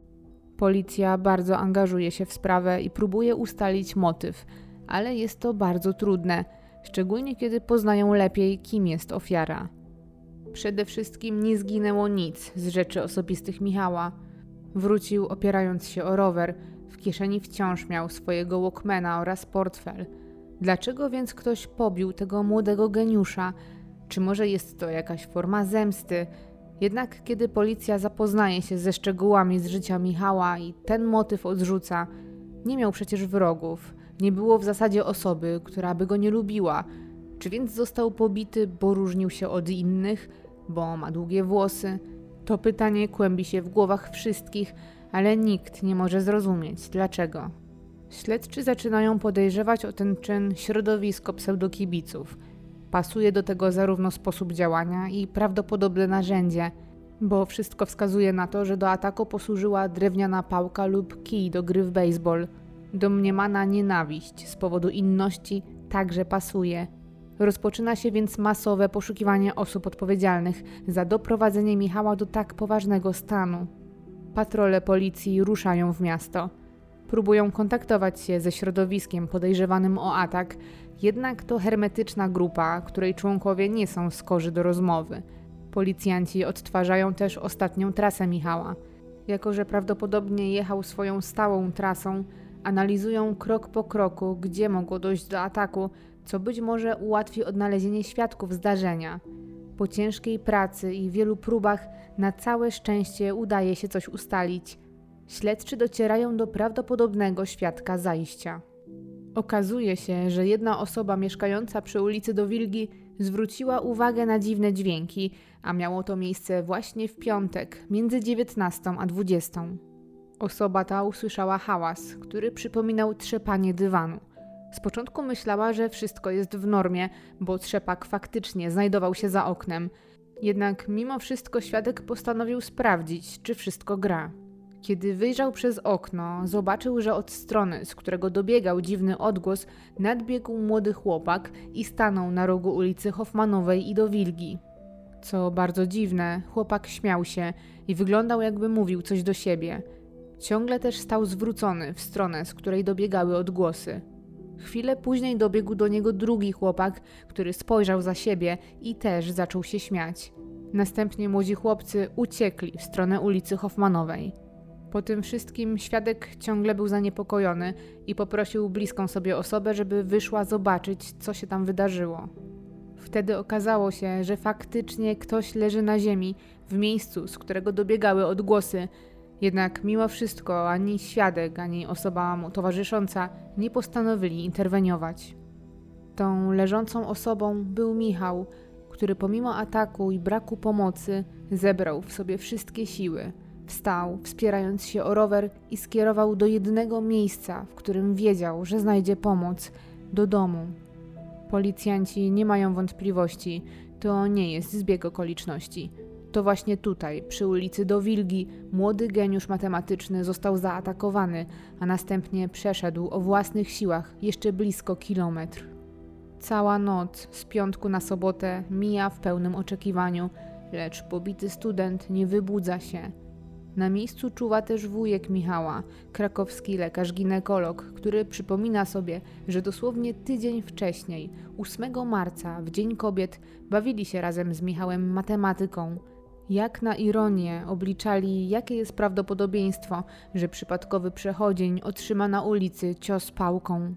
Policja bardzo angażuje się w sprawę i próbuje ustalić motyw, ale jest to bardzo trudne, szczególnie kiedy poznają lepiej, kim jest ofiara. Przede wszystkim nie zginęło nic z rzeczy osobistych Michała. Wrócił opierając się o rower, w kieszeni wciąż miał swojego walkmana oraz portfel. Dlaczego więc ktoś pobił tego młodego geniusza? Czy może jest to jakaś forma zemsty? Jednak kiedy policja zapoznaje się ze szczegółami z życia Michała i ten motyw odrzuca, nie miał przecież wrogów, nie było w zasadzie osoby, która by go nie lubiła. Czy więc został pobity, bo różnił się od innych, bo ma długie włosy? To pytanie kłębi się w głowach wszystkich, ale nikt nie może zrozumieć dlaczego. Śledczy zaczynają podejrzewać o ten czyn środowisko pseudokibiców. Pasuje do tego zarówno sposób działania i prawdopodobne narzędzie, bo wszystko wskazuje na to, że do ataku posłużyła drewniana pałka lub kij do gry w baseball. Domniemana nienawiść z powodu inności także pasuje. Rozpoczyna się więc masowe poszukiwanie osób odpowiedzialnych za doprowadzenie Michała do tak poważnego stanu. Patrole policji ruszają w miasto. Próbują kontaktować się ze środowiskiem podejrzewanym o atak, jednak to hermetyczna grupa, której członkowie nie są skorzy do rozmowy. Policjanci odtwarzają też ostatnią trasę Michała. Jako że prawdopodobnie jechał swoją stałą trasą, analizują krok po kroku, gdzie mogło dojść do ataku, co być może ułatwi odnalezienie świadków zdarzenia. Po ciężkiej pracy i wielu próbach na całe szczęście udaje się coś ustalić. Śledczy docierają do prawdopodobnego świadka zajścia. Okazuje się, że jedna osoba mieszkająca przy ulicy Do Wilgi zwróciła uwagę na dziwne dźwięki, a miało to miejsce właśnie w piątek, między dziewiętnastą a dwudziestą. Osoba ta usłyszała hałas, który przypominał trzepanie dywanu. Z początku myślała, że wszystko jest w normie, bo trzepak faktycznie znajdował się za oknem. Jednak mimo wszystko świadek postanowił sprawdzić, czy wszystko gra. Kiedy wyjrzał przez okno, zobaczył, że od strony, z którego dobiegał dziwny odgłos, nadbiegł młody chłopak i stanął na rogu ulicy Hoffmanowej i Do Wilgi. Co bardzo dziwne, chłopak śmiał się i wyglądał, jakby mówił coś do siebie. Ciągle też stał zwrócony w stronę, z której dobiegały odgłosy. Chwilę później dobiegł do niego drugi chłopak, który spojrzał za siebie i też zaczął się śmiać. Następnie młodzi chłopcy uciekli w stronę ulicy Hoffmanowej. Po tym wszystkim świadek ciągle był zaniepokojony i poprosił bliską sobie osobę, żeby wyszła zobaczyć, co się tam wydarzyło. Wtedy okazało się, że faktycznie ktoś leży na ziemi w miejscu, z którego dobiegały odgłosy. Jednak mimo wszystko ani świadek, ani osoba mu towarzysząca nie postanowili interweniować. Tą leżącą osobą był Michał, który pomimo ataku i braku pomocy zebrał w sobie wszystkie siły. Wstał, wspierając się o rower i skierował do jednego miejsca, w którym wiedział, że znajdzie pomoc – do domu. Policjanci nie mają wątpliwości, to nie jest zbieg okoliczności. To właśnie tutaj, przy ulicy Do Wilgi, młody geniusz matematyczny został zaatakowany, a następnie przeszedł o własnych siłach jeszcze blisko kilometr. Cała noc z piątku na sobotę mija w pełnym oczekiwaniu. lecz pobity student nie wybudza się. Na miejscu czuwa też wujek Michała, krakowski lekarz ginekolog, który przypomina sobie, że dosłownie tydzień wcześniej, ósmego marca, w Dzień Kobiet, bawili się razem z Michałem matematyką. Jak na ironię obliczali, jakie jest prawdopodobieństwo, że przypadkowy przechodzień otrzyma na ulicy cios pałką.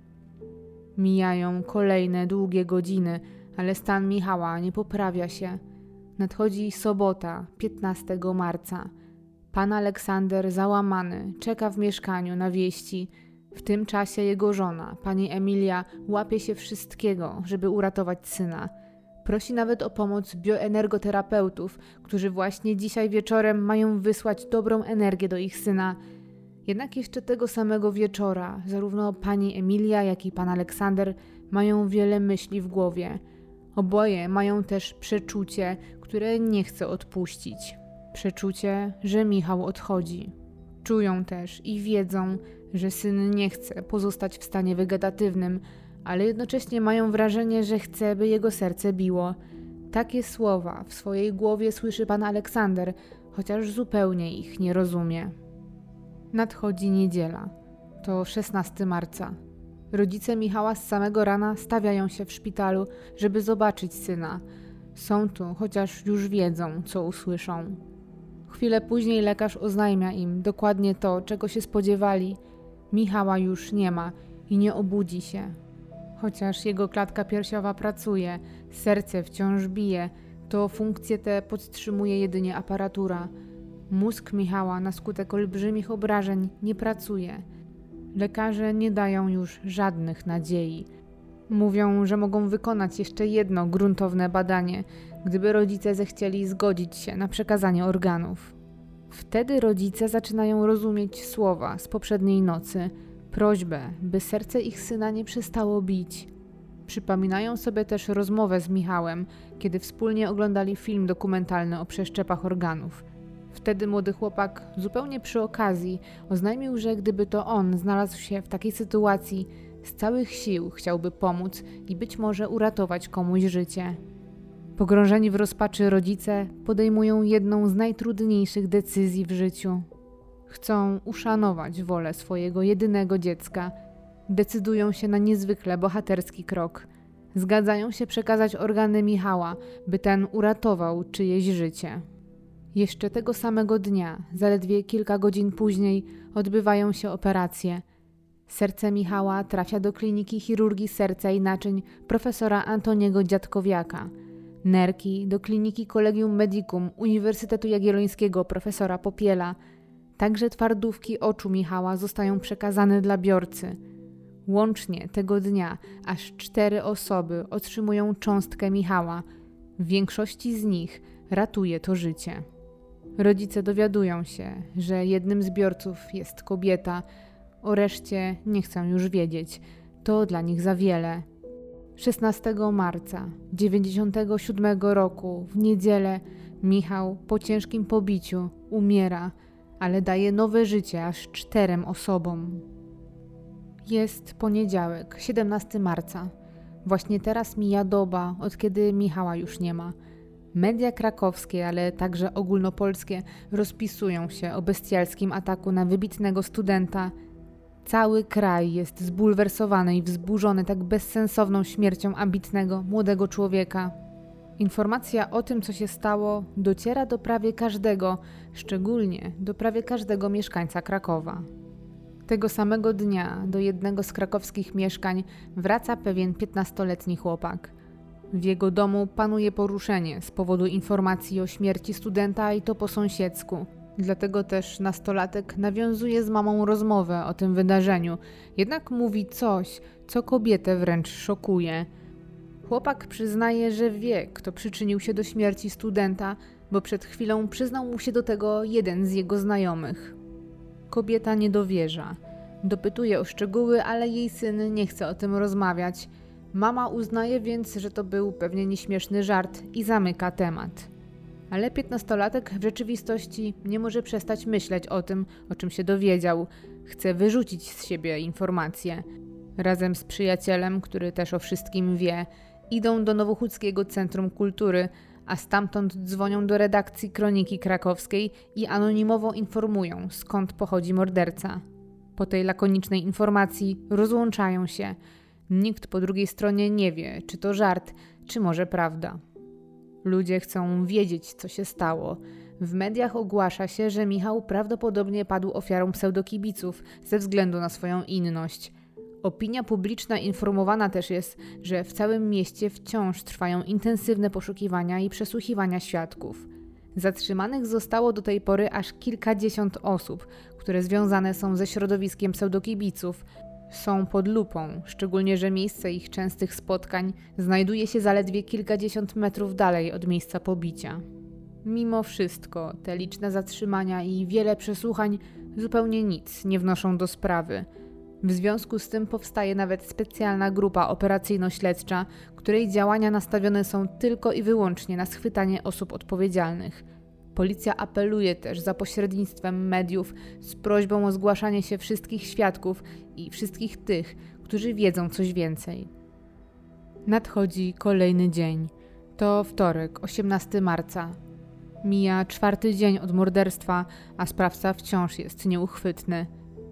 Mijają kolejne długie godziny, ale stan Michała nie poprawia się. Nadchodzi sobota, piętnastego marca. Pan Aleksander, załamany, czeka w mieszkaniu na wieści. W tym czasie jego żona, pani Emilia, łapie się wszystkiego, żeby uratować syna. Prosi nawet o pomoc bioenergoterapeutów, którzy właśnie dzisiaj wieczorem mają wysłać dobrą energię do ich syna. Jednak jeszcze tego samego wieczora zarówno pani Emilia, jak i pan Aleksander mają wiele myśli w głowie. Oboje mają też przeczucie, które nie chce odpuścić. Przeczucie, że Michał odchodzi. Czują też i wiedzą, że syn nie chce pozostać w stanie wegetatywnym, ale jednocześnie mają wrażenie, że chce, by jego serce biło. Takie słowa w swojej głowie słyszy pan Aleksander, chociaż zupełnie ich nie rozumie. Nadchodzi niedziela. To szesnastego marca. Rodzice Michała z samego rana stawiają się w szpitalu, żeby zobaczyć syna. Są tu, chociaż już wiedzą, co usłyszą. Chwilę później lekarz oznajmia im dokładnie to, czego się spodziewali. Michała już nie ma i nie obudzi się. Chociaż jego klatka piersiowa pracuje, serce wciąż bije, to funkcje te podtrzymuje jedynie aparatura. Mózg Michała na skutek olbrzymich obrażeń nie pracuje. Lekarze nie dają już żadnych nadziei. Mówią, że mogą wykonać jeszcze jedno gruntowne badanie, gdyby rodzice zechcieli zgodzić się na przekazanie organów. Wtedy rodzice zaczynają rozumieć słowa z poprzedniej nocy, prośbę, by serce ich syna nie przestało bić. Przypominają sobie też rozmowę z Michałem, kiedy wspólnie oglądali film dokumentalny o przeszczepach organów. Wtedy młody chłopak, zupełnie przy okazji, oznajmił, że gdyby to on znalazł się w takiej sytuacji, z całych sił chciałby pomóc i być może uratować komuś życie. Pogrążeni w rozpaczy rodzice podejmują jedną z najtrudniejszych decyzji w życiu. Chcą uszanować wolę swojego jedynego dziecka. Decydują się na niezwykle bohaterski krok. Zgadzają się przekazać organy Michała, by ten uratował czyjeś życie. Jeszcze tego samego dnia, zaledwie kilka godzin później, odbywają się operacje. Serce Michała trafia do Kliniki Chirurgii Serca i Naczyń profesora Antoniego Dziadkowiaka. Nerki do Kliniki Collegium Medicum Uniwersytetu Jagiellońskiego profesora Popiela. Także twardówki oczu Michała zostają przekazane dla biorcy. Łącznie tego dnia aż cztery osoby otrzymują cząstkę Michała. W większości z nich ratuje to życie. Rodzice dowiadują się, że jednym z biorców jest kobieta. O reszcie nie chcą już wiedzieć. To dla nich za wiele. szesnastego marca dziewięćdziesiątego siódmego roku w niedzielę Michał po ciężkim pobiciu umiera, ale daje nowe życie aż czterem osobom. Jest poniedziałek, siedemnastego marca. Właśnie teraz mija doba, od kiedy Michała już nie ma. Media krakowskie, ale także ogólnopolskie rozpisują się o bestialskim ataku na wybitnego studenta. Cały kraj jest zbulwersowany i wzburzony tak bezsensowną śmiercią ambitnego, młodego człowieka. Informacja o tym, co się stało, dociera do prawie każdego, szczególnie do prawie każdego mieszkańca Krakowa. Tego samego dnia do jednego z krakowskich mieszkań wraca pewien piętnastoletni chłopak. W jego domu panuje poruszenie z powodu informacji o śmierci studenta i to po sąsiedzku. Dlatego też nastolatek nawiązuje z mamą rozmowę o tym wydarzeniu, jednak mówi coś, co kobietę wręcz szokuje. Chłopak przyznaje, że wie, kto przyczynił się do śmierci studenta, bo przed chwilą przyznał mu się do tego jeden z jego znajomych. Kobieta nie dowierza. Dopytuje o szczegóły, ale jej syn nie chce o tym rozmawiać. Mama uznaje więc, że to był pewnie nieśmieszny żart i zamyka temat. Ale piętnastolatek w rzeczywistości nie może przestać myśleć o tym, o czym się dowiedział. Chce wyrzucić z siebie informacje. Razem z przyjacielem, który też o wszystkim wie, idą do Nowochódzkiego Centrum Kultury, a stamtąd dzwonią do redakcji Kroniki Krakowskiej i anonimowo informują, skąd pochodzi morderca. Po tej lakonicznej informacji rozłączają się. Nikt po drugiej stronie nie wie, czy to żart, czy może prawda. Ludzie chcą wiedzieć, co się stało. W mediach ogłasza się, że Michał prawdopodobnie padł ofiarą pseudokibiców ze względu na swoją inność. Opinia publiczna informowana też jest, że w całym mieście wciąż trwają intensywne poszukiwania i przesłuchiwania świadków. Zatrzymanych zostało do tej pory aż kilkadziesiąt osób, które związane są ze środowiskiem pseudokibiców. Są pod lupą, szczególnie że miejsce ich częstych spotkań znajduje się zaledwie kilkadziesiąt metrów dalej od miejsca pobicia. Mimo wszystko te liczne zatrzymania i wiele przesłuchań zupełnie nic nie wnoszą do sprawy. W związku z tym powstaje nawet specjalna grupa operacyjno-śledcza, której działania nastawione są tylko i wyłącznie na schwytanie osób odpowiedzialnych. Policja apeluje też za pośrednictwem mediów z prośbą o zgłaszanie się wszystkich świadków i wszystkich tych, którzy wiedzą coś więcej. Nadchodzi kolejny dzień. To wtorek, osiemnastego marca. Mija czwarty dzień od morderstwa, a sprawca wciąż jest nieuchwytny.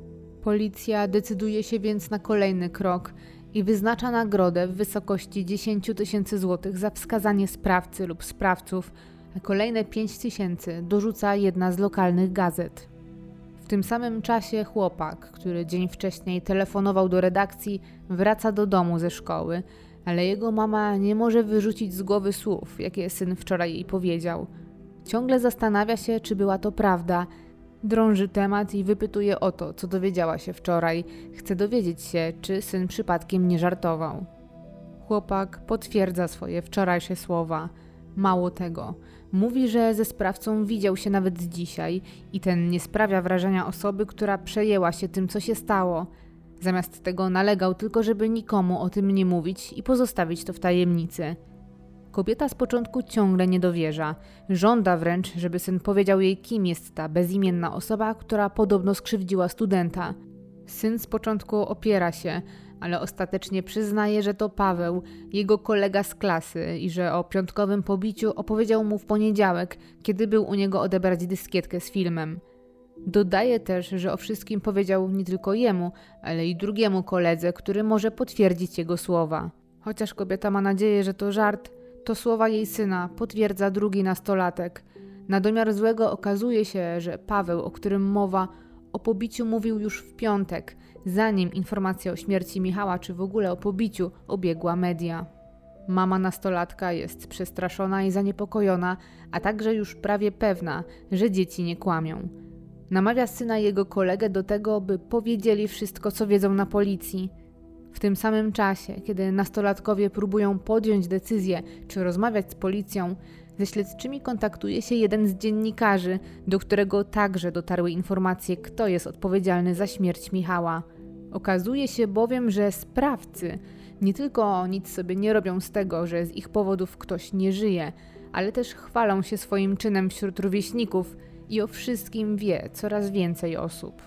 Policja decyduje się więc na kolejny krok i wyznacza nagrodę w wysokości dziesięć tysięcy złotych za wskazanie sprawcy lub sprawców, a kolejne pięć tysięcy dorzuca jedna z lokalnych gazet. W tym samym czasie chłopak, który dzień wcześniej telefonował do redakcji, wraca do domu ze szkoły, ale jego mama nie może wyrzucić z głowy słów, jakie syn wczoraj jej powiedział. Ciągle zastanawia się, czy była to prawda. Drąży temat i wypytuje o to, co dowiedziała się wczoraj. Chce dowiedzieć się, czy syn przypadkiem nie żartował. Chłopak potwierdza swoje wczorajsze słowa. Mało tego, mówi, że ze sprawcą widział się nawet dzisiaj i ten nie sprawia wrażenia osoby, która przejęła się tym, co się stało. Zamiast tego nalegał tylko, żeby nikomu o tym nie mówić i pozostawić to w tajemnicy. Kobieta z początku ciągle nie dowierza. Żąda wręcz, żeby syn powiedział jej, kim jest ta bezimienna osoba, która podobno skrzywdziła studenta. Syn z początku opiera się, ale ostatecznie przyznaje, że to Paweł, jego kolega z klasy i że o piątkowym pobiciu opowiedział mu w poniedziałek, kiedy był u niego odebrać dyskietkę z filmem. Dodaje też, że o wszystkim powiedział nie tylko jemu, ale i drugiemu koledze, który może potwierdzić jego słowa. Chociaż kobieta ma nadzieję, że to żart, to słowa jej syna potwierdza drugi nastolatek. Na domiar złego okazuje się, że Paweł, o którym mowa, o pobiciu mówił już w piątek, zanim informacja o śmierci Michała czy w ogóle o pobiciu obiegła media. Mama nastolatka jest przestraszona i zaniepokojona, a także już prawie pewna, że dzieci nie kłamią. Namawia syna i jego kolegę do tego, by powiedzieli wszystko, co wiedzą na policji. W tym samym czasie, kiedy nastolatkowie próbują podjąć decyzję, czy rozmawiać z policją, ze śledczymi kontaktuje się jeden z dziennikarzy, do którego także dotarły informacje, kto jest odpowiedzialny za śmierć Michała. Okazuje się bowiem, że sprawcy nie tylko nic sobie nie robią z tego, że z ich powodów ktoś nie żyje, ale też chwalą się swoim czynem wśród rówieśników i o wszystkim wie coraz więcej osób.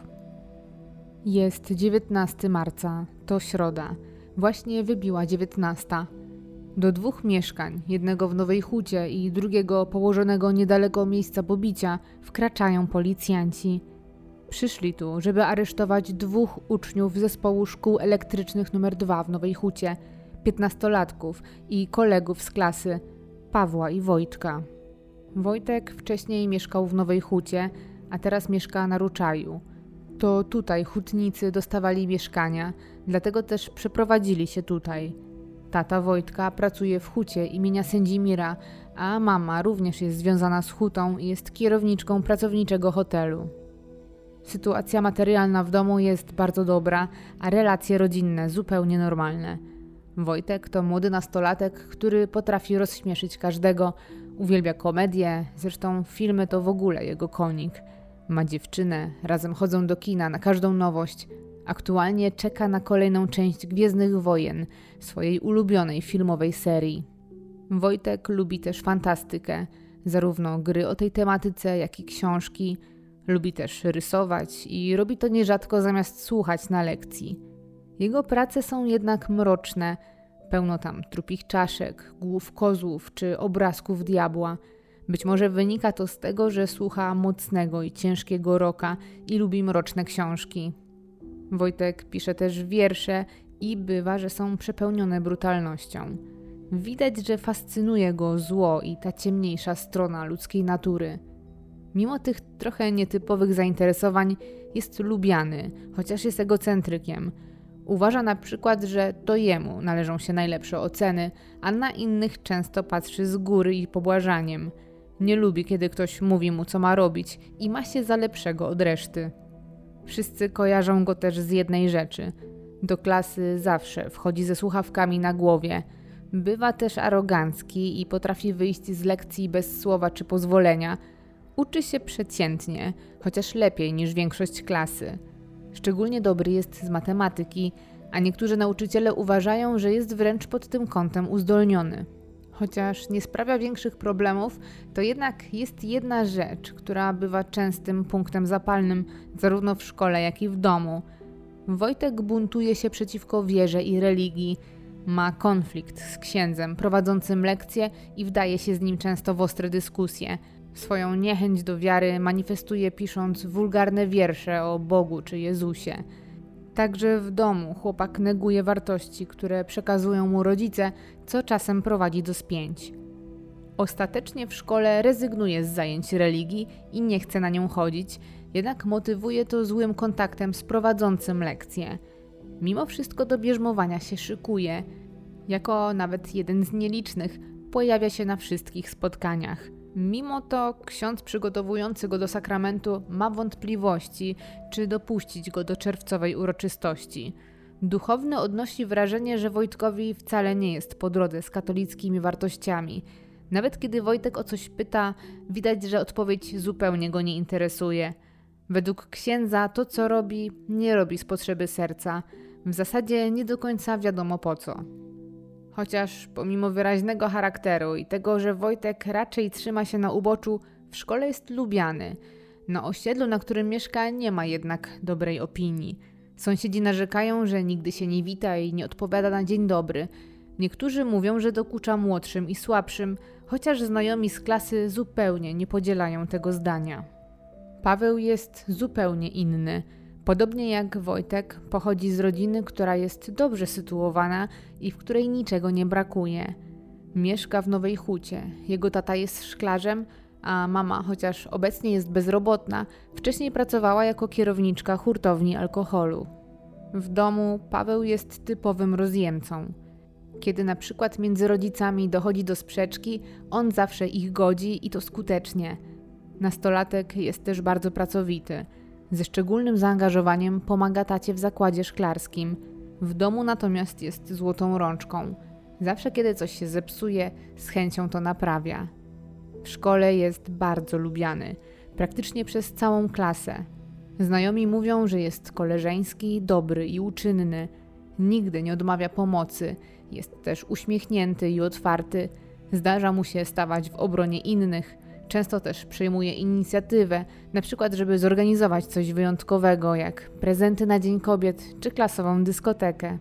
Jest dziewiętnastego marca, to środa. Właśnie wybiła dziewiętnasta. Do dwóch mieszkań, jednego w Nowej Hucie i drugiego położonego niedaleko miejsca pobicia, wkraczają policjanci. Przyszli tu, żeby aresztować dwóch uczniów zespołu szkół elektrycznych numer dwa w Nowej Hucie, piętnastolatków i kolegów z klasy, Pawła i Wojtka. Wojtek wcześniej mieszkał w Nowej Hucie, a teraz mieszka na Ruczaju. To tutaj hutnicy dostawali mieszkania, dlatego też przeprowadzili się tutaj. Tata Wojtka pracuje w hucie imienia Sędzimira, a mama również jest związana z hutą i jest kierowniczką pracowniczego hotelu. Sytuacja materialna w domu jest bardzo dobra, a relacje rodzinne zupełnie normalne. Wojtek to młody nastolatek, który potrafi rozśmieszyć każdego, uwielbia komedię, zresztą filmy to w ogóle jego konik. Ma dziewczynę, razem chodzą do kina na każdą nowość. Aktualnie czeka na kolejną część Gwiezdnych Wojen, swojej ulubionej filmowej serii. Wojtek lubi też fantastykę, zarówno gry o tej tematyce, jak i książki. Lubi też rysować i robi to nierzadko zamiast słuchać na lekcji. Jego prace są jednak mroczne. Pełno tam trupich czaszek, głów kozłów czy obrazków diabła. Być może wynika to z tego, że słucha mocnego i ciężkiego rocka i lubi mroczne książki. Wojtek pisze też wiersze i bywa, że są przepełnione brutalnością. Widać, że fascynuje go zło i ta ciemniejsza strona ludzkiej natury. Mimo tych trochę nietypowych zainteresowań jest lubiany, chociaż jest egocentrykiem. Uważa na przykład, że to jemu należą się najlepsze oceny, a na innych często patrzy z góry i pobłażaniem. Nie lubi, kiedy ktoś mówi mu, co ma robić i ma się za lepszego od reszty. Wszyscy kojarzą go też z jednej rzeczy. Do klasy zawsze wchodzi ze słuchawkami na głowie. Bywa też arogancki i potrafi wyjść z lekcji bez słowa czy pozwolenia. Uczy się przeciętnie, chociaż lepiej niż większość klasy. Szczególnie dobry jest z matematyki, a niektórzy nauczyciele uważają, że jest wręcz pod tym kątem uzdolniony. Chociaż nie sprawia większych problemów, to jednak jest jedna rzecz, która bywa częstym punktem zapalnym zarówno w szkole, jak i w domu. Wojtek buntuje się przeciwko wierze i religii. Ma konflikt z księdzem prowadzącym lekcje i wdaje się z nim często w ostre dyskusje. Swoją niechęć do wiary manifestuje pisząc wulgarne wiersze o Bogu czy Jezusie. Także w domu chłopak neguje wartości, które przekazują mu rodzice, co czasem prowadzi do spięć. Ostatecznie w szkole rezygnuje z zajęć religii i nie chce na nią chodzić, jednak motywuje to złym kontaktem z prowadzącym lekcje. Mimo wszystko do bierzmowania się szykuje. Jako nawet jeden z nielicznych pojawia się na wszystkich spotkaniach. Mimo to ksiądz przygotowujący go do sakramentu ma wątpliwości, czy dopuścić go do czerwcowej uroczystości. Duchowny odnosi wrażenie, że Wojtkowi wcale nie jest po drodze z katolickimi wartościami. Nawet kiedy Wojtek o coś pyta, widać, że odpowiedź zupełnie go nie interesuje. Według księdza to, co robi, nie robi z potrzeby serca. W zasadzie nie do końca wiadomo po co. Chociaż pomimo wyraźnego charakteru i tego, że Wojtek raczej trzyma się na uboczu, w szkole jest lubiany. Na osiedlu, na którym mieszka, nie ma jednak dobrej opinii. Sąsiedzi narzekają, że nigdy się nie wita i nie odpowiada na dzień dobry. Niektórzy mówią, że dokucza młodszym i słabszym, chociaż znajomi z klasy zupełnie nie podzielają tego zdania. Paweł jest zupełnie inny. Podobnie jak Wojtek, pochodzi z rodziny, która jest dobrze sytuowana i w której niczego nie brakuje. Mieszka w Nowej Hucie. Jego tata jest szklarzem, a mama, chociaż obecnie jest bezrobotna, wcześniej pracowała jako kierowniczka hurtowni alkoholu. W domu Paweł jest typowym rozjemcą. Kiedy na przykład między rodzicami dochodzi do sprzeczki, on zawsze ich godzi i to skutecznie. Nastolatek jest też bardzo pracowity. Ze szczególnym zaangażowaniem pomaga tacie w zakładzie szklarskim. W domu natomiast jest złotą rączką. Zawsze kiedy coś się zepsuje, z chęcią to naprawia. W szkole jest bardzo lubiany, praktycznie przez całą klasę. Znajomi mówią, że jest koleżeński, dobry i uczynny. Nigdy nie odmawia pomocy, jest też uśmiechnięty i otwarty. Zdarza mu się stawać w obronie innych. Często też przejmuje inicjatywę, na przykład żeby zorganizować coś wyjątkowego, jak prezenty na Dzień Kobiet czy klasową dyskotekę.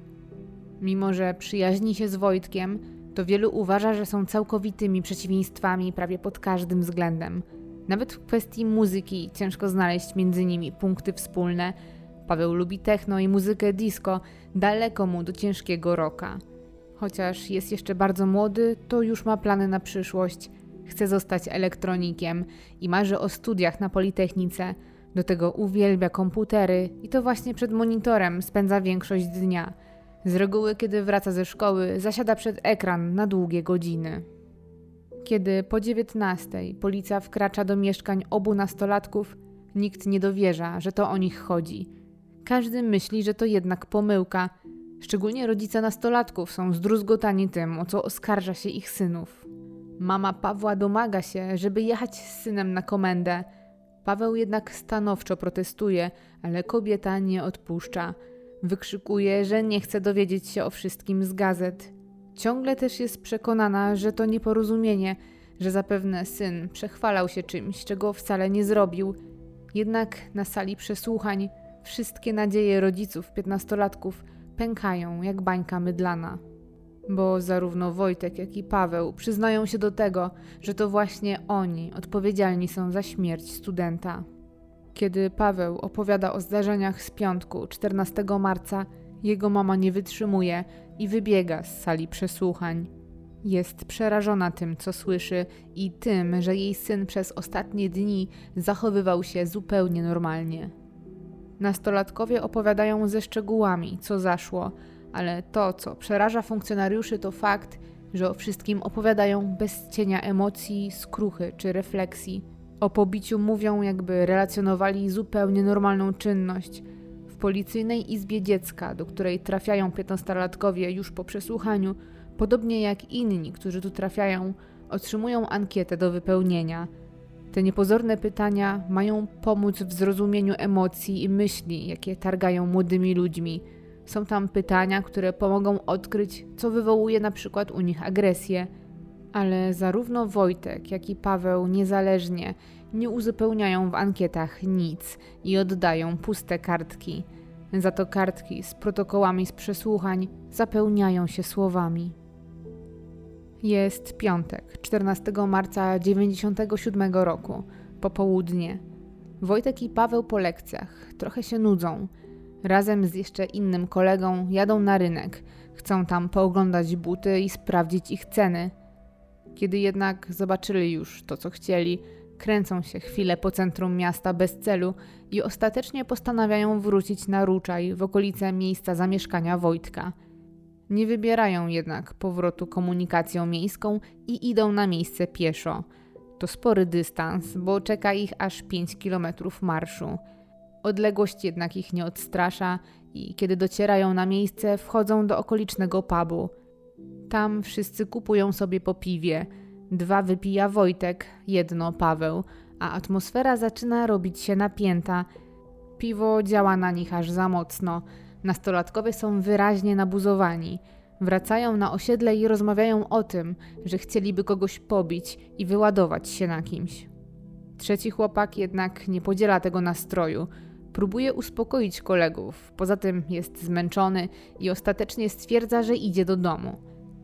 Mimo że przyjaźni się z Wojtkiem, to wielu uważa, że są całkowitymi przeciwieństwami prawie pod każdym względem. Nawet w kwestii muzyki ciężko znaleźć między nimi punkty wspólne. Paweł lubi techno i muzykę disco, daleko mu do ciężkiego rocka. Chociaż jest jeszcze bardzo młody, to już ma plany na przyszłość. Chce zostać elektronikiem i marzy o studiach na Politechnice. Do tego uwielbia komputery i to właśnie przed monitorem spędza większość dnia. Z reguły, kiedy wraca ze szkoły, zasiada przed ekran na długie godziny. Kiedy po dziewiętnastej policja wkracza do mieszkań obu nastolatków, nikt nie dowierza, że to o nich chodzi. Każdy myśli, że to jednak pomyłka. Szczególnie rodzice nastolatków są zdruzgotani tym, o co oskarża się ich synów. Mama Pawła domaga się, żeby jechać z synem na komendę. Paweł jednak stanowczo protestuje, ale kobieta nie odpuszcza. Wykrzykuje, że nie chce dowiedzieć się o wszystkim z gazet. Ciągle też jest przekonana, że to nieporozumienie, że zapewne syn przechwalał się czymś, czego wcale nie zrobił. Jednak na sali przesłuchań wszystkie nadzieje rodziców piętnastolatków pękają jak bańka mydlana. Bo zarówno Wojtek, jak i Paweł przyznają się do tego, że to właśnie oni odpowiedzialni są za śmierć studenta. Kiedy Paweł opowiada o zdarzeniach z piątku, czternastego marca, jego mama nie wytrzymuje i wybiega z sali przesłuchań. Jest przerażona tym, co słyszy i tym, że jej syn przez ostatnie dni zachowywał się zupełnie normalnie. Nastolatkowie opowiadają ze szczegółami, co zaszło, ale to, co przeraża funkcjonariuszy, to fakt, że o wszystkim opowiadają bez cienia emocji, skruchy czy refleksji. O pobiciu mówią, jakby relacjonowali zupełnie normalną czynność. W policyjnej izbie dziecka, do której trafiają piętnastolatkowie już po przesłuchaniu, podobnie jak inni, którzy tu trafiają, otrzymują ankietę do wypełnienia. Te niepozorne pytania mają pomóc w zrozumieniu emocji i myśli, jakie targają młodymi ludźmi. Są tam pytania, które pomogą odkryć, co wywołuje na przykład u nich agresję. Ale zarówno Wojtek, jak i Paweł niezależnie nie uzupełniają w ankietach nic i oddają puste kartki. Za to kartki z protokołami z przesłuchań zapełniają się słowami. Jest piątek, czternastego marca dziewięćdziesiątego siódmego roku, popołudnie. Wojtek i Paweł po lekcjach trochę się nudzą. Razem z jeszcze innym kolegą jadą na rynek. Chcą tam pooglądać buty i sprawdzić ich ceny. Kiedy jednak zobaczyli już to, co chcieli, kręcą się chwilę po centrum miasta bez celu i ostatecznie postanawiają wrócić na Ruczaj w okolice miejsca zamieszkania Wojtka. Nie wybierają jednak powrotu komunikacją miejską i idą na miejsce pieszo. To spory dystans, bo czeka ich aż pięć kilometrów marszu. Odległość jednak ich nie odstrasza i kiedy docierają na miejsce, wchodzą do okolicznego pubu. Tam wszyscy kupują sobie po piwie. Dwa wypija Wojtek, jedno Paweł, a atmosfera zaczyna robić się napięta. Piwo działa na nich aż za mocno. Nastolatkowie są wyraźnie nabuzowani. Wracają na osiedle i rozmawiają o tym, że chcieliby kogoś pobić i wyładować się na kimś. Trzeci chłopak jednak nie podziela tego nastroju. Próbuje uspokoić kolegów, poza tym jest zmęczony i ostatecznie stwierdza, że idzie do domu.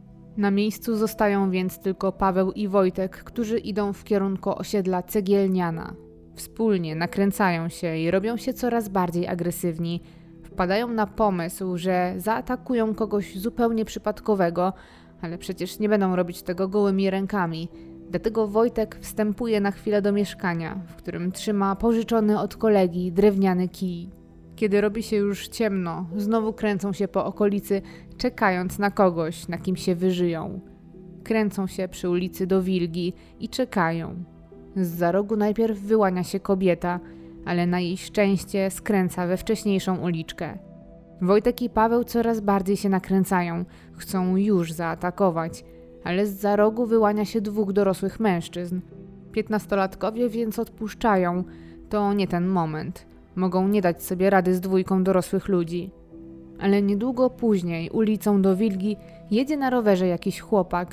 Na miejscu zostają więc tylko Paweł i Wojtek, którzy idą w kierunku osiedla Cegielniana. Wspólnie nakręcają się i robią się coraz bardziej agresywni. Wpadają na pomysł, że zaatakują kogoś zupełnie przypadkowego, ale przecież nie będą robić tego gołymi rękami. Dlatego Wojtek wstępuje na chwilę do mieszkania, w którym trzyma pożyczony od kolegi drewniany kij. Kiedy robi się już ciemno, znowu kręcą się po okolicy, czekając na kogoś, na kim się wyżyją. Kręcą się przy ulicy do Wilgi i czekają. Zza rogu najpierw wyłania się kobieta, ale na jej szczęście skręca we wcześniejszą uliczkę. Wojtek i Paweł coraz bardziej się nakręcają, chcą już zaatakować, ale zza rogu wyłania się dwóch dorosłych mężczyzn. Piętnastolatkowie więc odpuszczają, to nie ten moment. Mogą nie dać sobie rady z dwójką dorosłych ludzi. Ale niedługo później ulicą do Wilgi jedzie na rowerze jakiś chłopak.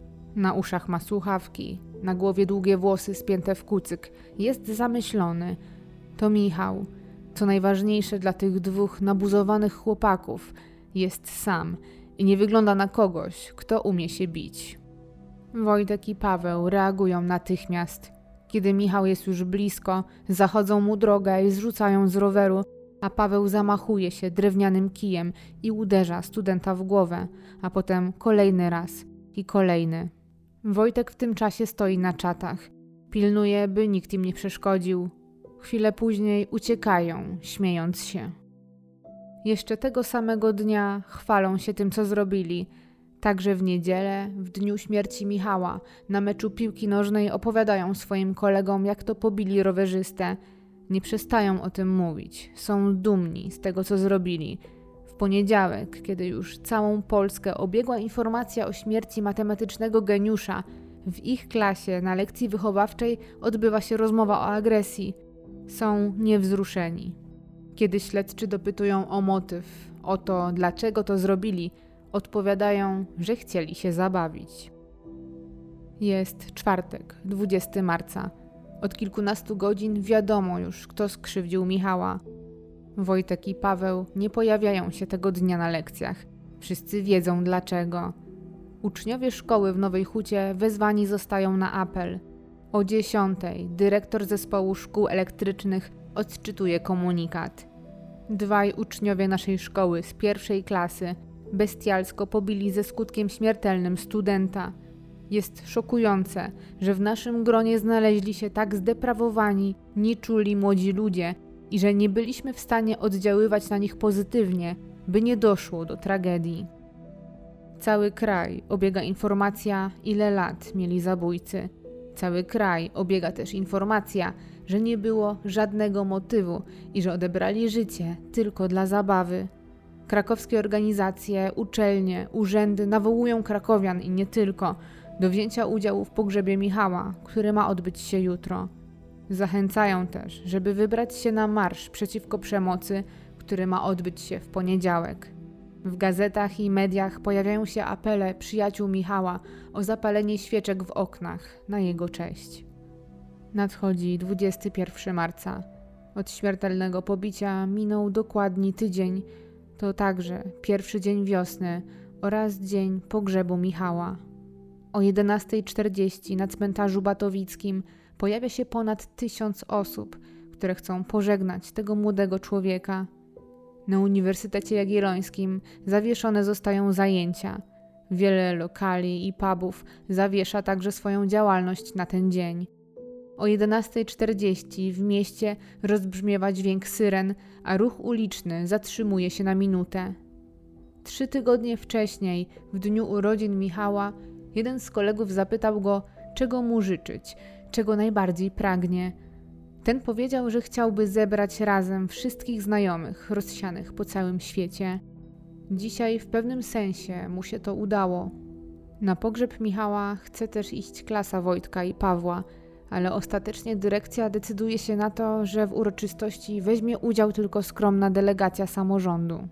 Na uszach ma słuchawki, na głowie długie włosy spięte w kucyk. Jest zamyślony. To Michał. Co najważniejsze dla tych dwóch nabuzowanych chłopaków, jest sam i nie wygląda na kogoś, kto umie się bić. Wojtek i Paweł reagują natychmiast. Kiedy Michał jest już blisko, zachodzą mu drogę i zrzucają z roweru, a Paweł zamachuje się drewnianym kijem i uderza studenta w głowę, a potem kolejny raz i kolejny. Wojtek w tym czasie stoi na czatach. Pilnuje, by nikt im nie przeszkodził. Chwilę później uciekają, śmiejąc się. Jeszcze tego samego dnia chwalą się tym, co zrobili. Także w niedzielę, w dniu śmierci Michała, na meczu piłki nożnej opowiadają swoim kolegom, jak to pobili rowerzystę. Nie przestają o tym mówić. Są dumni z tego, co zrobili. W poniedziałek, kiedy już całą Polskę obiegła informacja o śmierci matematycznego geniusza, w ich klasie na lekcji wychowawczej odbywa się rozmowa o agresji. Są niewzruszeni. Kiedy śledczy dopytują o motyw, o to, dlaczego to zrobili, odpowiadają, że chcieli się zabawić. Jest czwartek, dwudziestego marca. Od kilkunastu godzin wiadomo już, kto skrzywdził Michała. Wojtek i Paweł nie pojawiają się tego dnia na lekcjach. Wszyscy wiedzą dlaczego. Uczniowie szkoły w Nowej Hucie wezwani zostają na apel. O dziesiątej dyrektor zespołu szkół elektrycznych odczytuje komunikat. Dwaj uczniowie naszej szkoły z pierwszej klasy bestialsko pobili ze skutkiem śmiertelnym studenta. Jest szokujące, że w naszym gronie znaleźli się tak zdeprawowani, nieczuli młodzi ludzie i że nie byliśmy w stanie oddziaływać na nich pozytywnie, by nie doszło do tragedii. Cały kraj obiega informacja, ile lat mieli zabójcy. Cały kraj obiega też informacja, że nie było żadnego motywu i że odebrali życie tylko dla zabawy. Krakowskie organizacje, uczelnie, urzędy nawołują krakowian i nie tylko do wzięcia udziału w pogrzebie Michała, który ma odbyć się jutro. Zachęcają też, żeby wybrać się na marsz przeciwko przemocy, który ma odbyć się w poniedziałek. W gazetach i mediach pojawiają się apele przyjaciół Michała o zapalenie świeczek w oknach na jego cześć. Nadchodzi dwudziestego pierwszego marca. Od śmiertelnego pobicia minął dokładnie tydzień. To także pierwszy dzień wiosny oraz dzień pogrzebu Michała. O jedenastej czterdzieści na cmentarzu batowickim pojawia się ponad tysiąc osób, które chcą pożegnać tego młodego człowieka. Na Uniwersytecie Jagiellońskim zawieszone zostają zajęcia. Wiele lokali i pubów zawiesza także swoją działalność na ten dzień. O jedenastej czterdzieści w mieście rozbrzmiewa dźwięk syren, a ruch uliczny zatrzymuje się na minutę. Trzy tygodnie wcześniej, w dniu urodzin Michała, jeden z kolegów zapytał go, czego mu życzyć, czego najbardziej pragnie. Ten powiedział, że chciałby zebrać razem wszystkich znajomych rozsianych po całym świecie. Dzisiaj w pewnym sensie mu się to udało. Na pogrzeb Michała chce też iść klasa Wojtka i Pawła, ale ostatecznie dyrekcja decyduje się na to, że w uroczystości weźmie udział tylko skromna delegacja samorządu.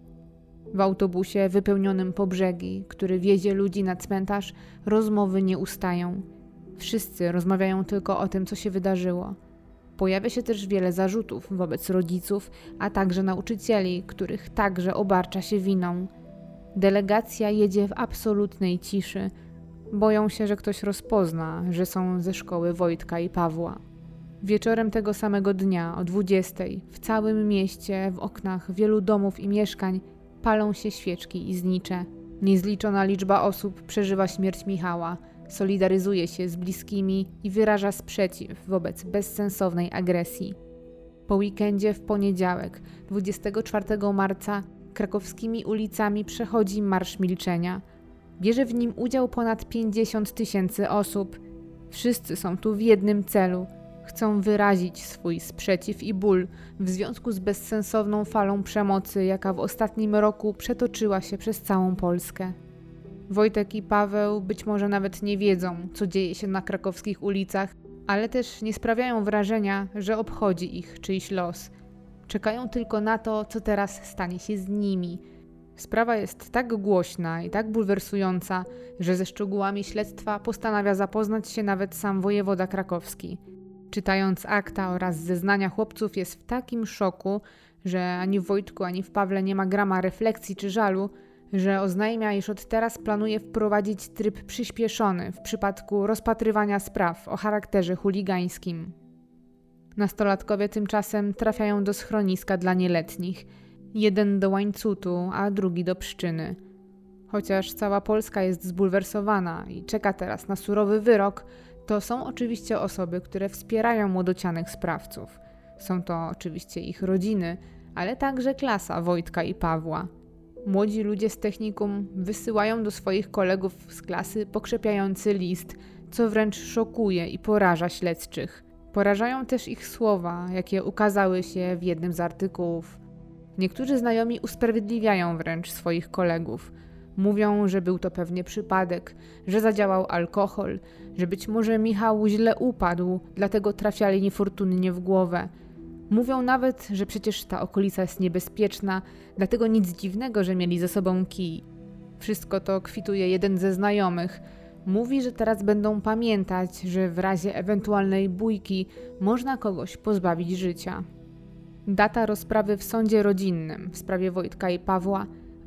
W autobusie wypełnionym po brzegi, który wiezie ludzi na cmentarz, rozmowy nie ustają. Wszyscy rozmawiają tylko o tym, co się wydarzyło. Pojawia się też wiele zarzutów wobec rodziców, a także nauczycieli, których także obarcza się winą. Delegacja jedzie w absolutnej ciszy. Boją się, że ktoś rozpozna, że są ze szkoły Wojtka i Pawła. Wieczorem tego samego dnia o dwudziestej w całym mieście, w oknach wielu domów i mieszkań palą się świeczki i znicze. Niezliczona liczba osób przeżywa śmierć Michała, solidaryzuje się z bliskimi i wyraża sprzeciw wobec bezsensownej agresji. Po weekendzie w poniedziałek, dwudziestego czwartego marca, krakowskimi ulicami przechodzi Marsz Milczenia. Bierze w nim udział ponad pięćdziesiąt tysięcy osób. Wszyscy są tu w jednym celu. Chcą wyrazić swój sprzeciw i ból w związku z bezsensowną falą przemocy, jaka w ostatnim roku przetoczyła się przez całą Polskę. Wojtek i Paweł być może nawet nie wiedzą, co dzieje się na krakowskich ulicach, ale też nie sprawiają wrażenia, że obchodzi ich czyjś los. Czekają tylko na to, co teraz stanie się z nimi. Sprawa jest tak głośna i tak bulwersująca, że ze szczegółami śledztwa postanawia zapoznać się nawet sam wojewoda krakowski. Czytając akta oraz zeznania chłopców jest w takim szoku, że ani w Wojtku, ani w Pawle nie ma grama refleksji czy żalu, że oznajmia, iż od teraz planuje wprowadzić tryb przyspieszony w przypadku rozpatrywania spraw o charakterze chuligańskim. Nastolatkowie tymczasem trafiają do schroniska dla nieletnich. Jeden do Łańcutu, a drugi do Pszczyny. Chociaż cała Polska jest zbulwersowana i czeka teraz na surowy wyrok, to są oczywiście osoby, które wspierają młodocianych sprawców. Są to oczywiście ich rodziny, ale także klasa Wojtka i Pawła. Młodzi ludzie z technikum wysyłają do swoich kolegów z klasy pokrzepiający list, co wręcz szokuje i poraża śledczych. Porażają też ich słowa, jakie ukazały się w jednym z artykułów. Niektórzy znajomi usprawiedliwiają wręcz swoich kolegów. Mówią, że był to pewnie przypadek, że zadziałał alkohol, że być może Michał źle upadł, dlatego trafiali niefortunnie w głowę. Mówią nawet, że przecież ta okolica jest niebezpieczna, dlatego nic dziwnego, że mieli ze sobą kij. Wszystko to kwituje jeden ze znajomych. Mówi, że teraz będą pamiętać, że w razie ewentualnej bójki można kogoś pozbawić życia. Data rozprawy w sądzie rodzinnym w sprawie Wojtka i Pawła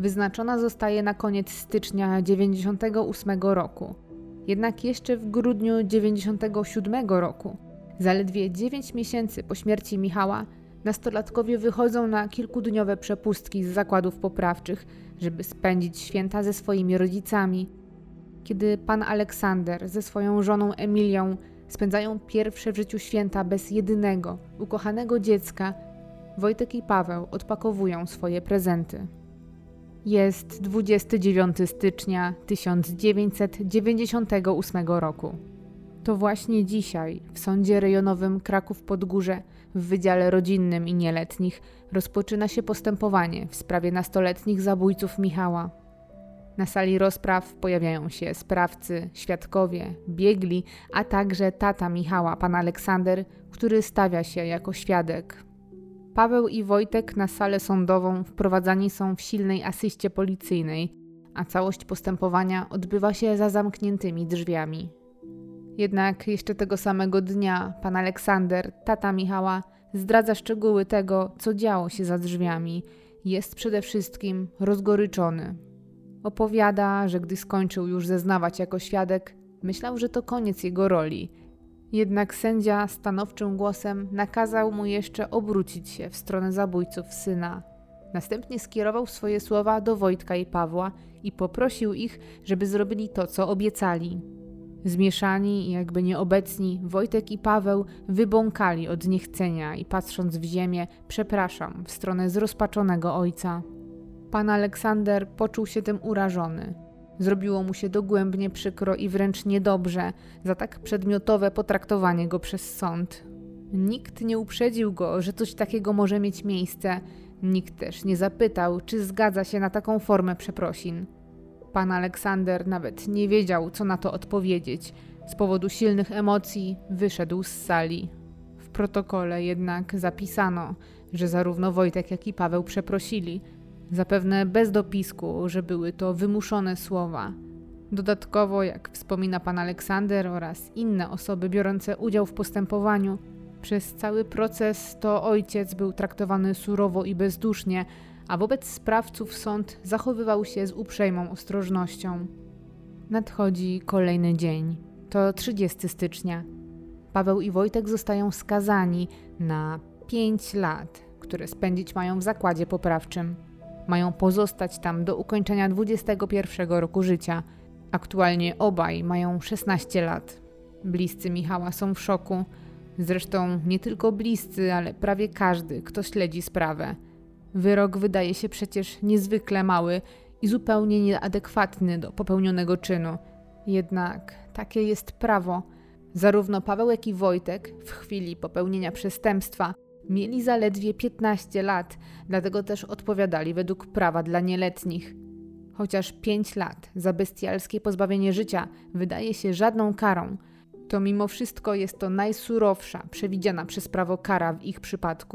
wyznaczona zostaje na koniec stycznia dziewięćdziesiątego ósmego roku. Jednak jeszcze w grudniu dziewięćdziesiątego siódmego roku, zaledwie dziewięć miesięcy po śmierci Michała, nastolatkowie wychodzą na kilkudniowe przepustki z zakładów poprawczych, żeby spędzić święta ze swoimi rodzicami. Kiedy pan Aleksander ze swoją żoną Emilią spędzają pierwsze w życiu święta bez jedynego, ukochanego dziecka, Wojtek i Paweł odpakowują swoje prezenty. Jest dwudziestego dziewiątego stycznia tysiąc dziewięćset dziewięćdziesiątego ósmego roku. To właśnie dzisiaj w Sądzie Rejonowym Kraków-Podgórze w Wydziale Rodzinnym i Nieletnich rozpoczyna się postępowanie w sprawie nastoletnich zabójców Michała. Na sali rozpraw pojawiają się sprawcy, świadkowie, biegli, a także tata Michała, pan Aleksander, który stawia się jako świadek. Paweł i Wojtek na salę sądową wprowadzani są w silnej asyście policyjnej, a całość postępowania odbywa się za zamkniętymi drzwiami. Jednak jeszcze tego samego dnia pan Aleksander, tata Michała, zdradza szczegóły tego, co działo się za drzwiami. Jest przede wszystkim rozgoryczony. Opowiada, że gdy skończył już zeznawać jako świadek, myślał, że to koniec jego roli. Jednak sędzia stanowczym głosem nakazał mu jeszcze obrócić się w stronę zabójców syna. Następnie skierował swoje słowa do Wojtka i Pawła i poprosił ich, żeby zrobili to, co obiecali. Zmieszani i jakby nieobecni, Wojtek i Paweł wybąkali od niechcenia i patrząc w ziemię, przepraszam, w stronę zrozpaczonego ojca. Pan Aleksander poczuł się tym urażony. Zrobiło mu się dogłębnie przykro i wręcz niedobrze za tak przedmiotowe potraktowanie go przez sąd. Nikt nie uprzedził go, że coś takiego może mieć miejsce. Nikt też nie zapytał, czy zgadza się na taką formę przeprosin. Pan Aleksander nawet nie wiedział, co na to odpowiedzieć. Z powodu silnych emocji wyszedł z sali. W protokole jednak zapisano, że zarówno Wojtek, jak i Paweł przeprosili. Zapewne bez dopisku, że były to wymuszone słowa. Dodatkowo, jak wspomina pan Aleksander oraz inne osoby biorące udział w postępowaniu, przez cały proces to ojciec był traktowany surowo i bezdusznie, a wobec sprawców sąd zachowywał się z uprzejmą ostrożnością. Nadchodzi kolejny dzień. To trzydziestego stycznia. Paweł i Wojtek zostają skazani na pięć lat, które spędzić mają w zakładzie poprawczym. Mają pozostać tam do ukończenia dwudziestego pierwszego roku życia. Aktualnie obaj mają szesnaście lat. Bliscy Michała są w szoku. Zresztą nie tylko bliscy, ale prawie każdy, kto śledzi sprawę. Wyrok wydaje się przecież niezwykle mały i zupełnie nieadekwatny do popełnionego czynu. Jednak takie jest prawo. Zarówno Paweł, jak i Wojtek w chwili popełnienia przestępstwa mieli zaledwie piętnaście lat, dlatego też odpowiadali według prawa dla nieletnich. Chociaż pięć lat za bestialskie pozbawienie życia wydaje się żadną karą, to mimo wszystko jest to najsurowsza przewidziana przez prawo kara w ich przypadku.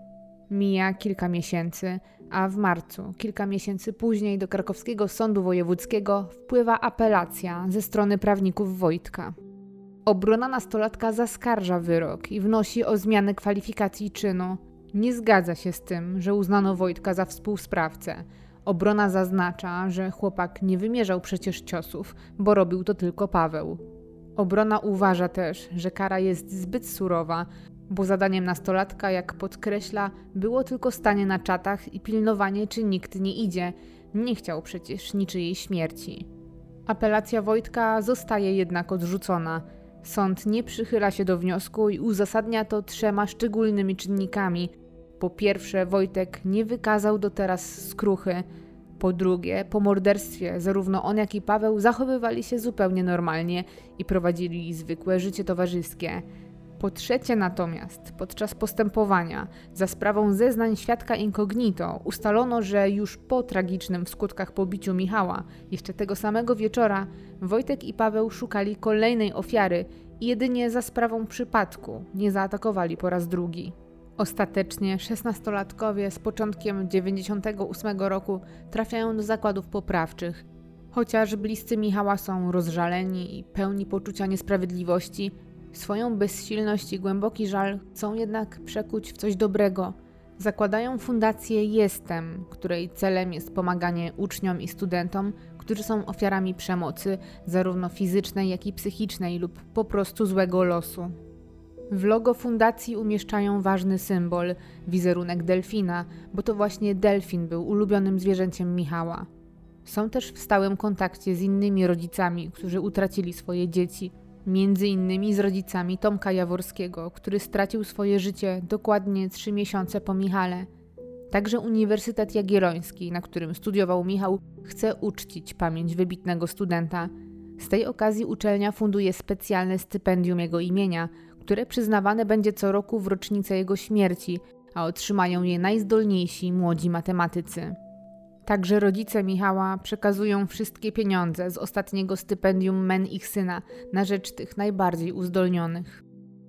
Mija kilka miesięcy, a w marcu, kilka miesięcy później do Krakowskiego Sądu Wojewódzkiego wpływa apelacja ze strony prawników Wojtka. Obrona nastolatka zaskarża wyrok i wnosi o zmianę kwalifikacji czynu. Nie zgadza się z tym, że uznano Wojtka za współsprawcę. Obrona zaznacza, że chłopak nie wymierzał przecież ciosów, bo robił to tylko Paweł. Obrona uważa też, że kara jest zbyt surowa, bo zadaniem nastolatka, jak podkreśla, było tylko stanie na czatach i pilnowanie, czy nikt nie idzie. Nie chciał przecież niczyjej śmierci. Apelacja Wojtka zostaje jednak odrzucona. Sąd nie przychyla się do wniosku i uzasadnia to trzema szczególnymi czynnikami. Po pierwsze, Wojtek nie wykazał do teraz skruchy. Po drugie, po morderstwie zarówno on, jak i Paweł zachowywali się zupełnie normalnie i prowadzili zwykłe życie towarzyskie. Po trzecie natomiast, podczas postępowania za sprawą zeznań świadka incognito ustalono, że już po tragicznym w skutkach pobiciu Michała, jeszcze tego samego wieczora, Wojtek i Paweł szukali kolejnej ofiary i jedynie za sprawą przypadku nie zaatakowali po raz drugi. Ostatecznie szesnastolatkowie z początkiem dziewięćdziesiątego ósmego roku trafiają do zakładów poprawczych. Chociaż bliscy Michała są rozżaleni i pełni poczucia niesprawiedliwości, swoją bezsilność i głęboki żal chcą jednak przekuć w coś dobrego. Zakładają fundację Jestem, której celem jest pomaganie uczniom i studentom, którzy są ofiarami przemocy, zarówno fizycznej, jak i psychicznej lub po prostu złego losu. W logo fundacji umieszczają ważny symbol, wizerunek delfina, bo to właśnie delfin był ulubionym zwierzęciem Michała. Są też w stałym kontakcie z innymi rodzicami, którzy utracili swoje dzieci, między innymi z rodzicami Tomka Jaworskiego, który stracił swoje życie dokładnie trzy miesiące po Michale. Także Uniwersytet Jagielloński, na którym studiował Michał, chce uczcić pamięć wybitnego studenta. Z tej okazji uczelnia funduje specjalne stypendium jego imienia, które przyznawane będzie co roku w rocznicę jego śmierci, a otrzymają je najzdolniejsi młodzi matematycy. Także rodzice Michała przekazują wszystkie pieniądze z ostatniego stypendium M E N ich syna na rzecz tych najbardziej uzdolnionych.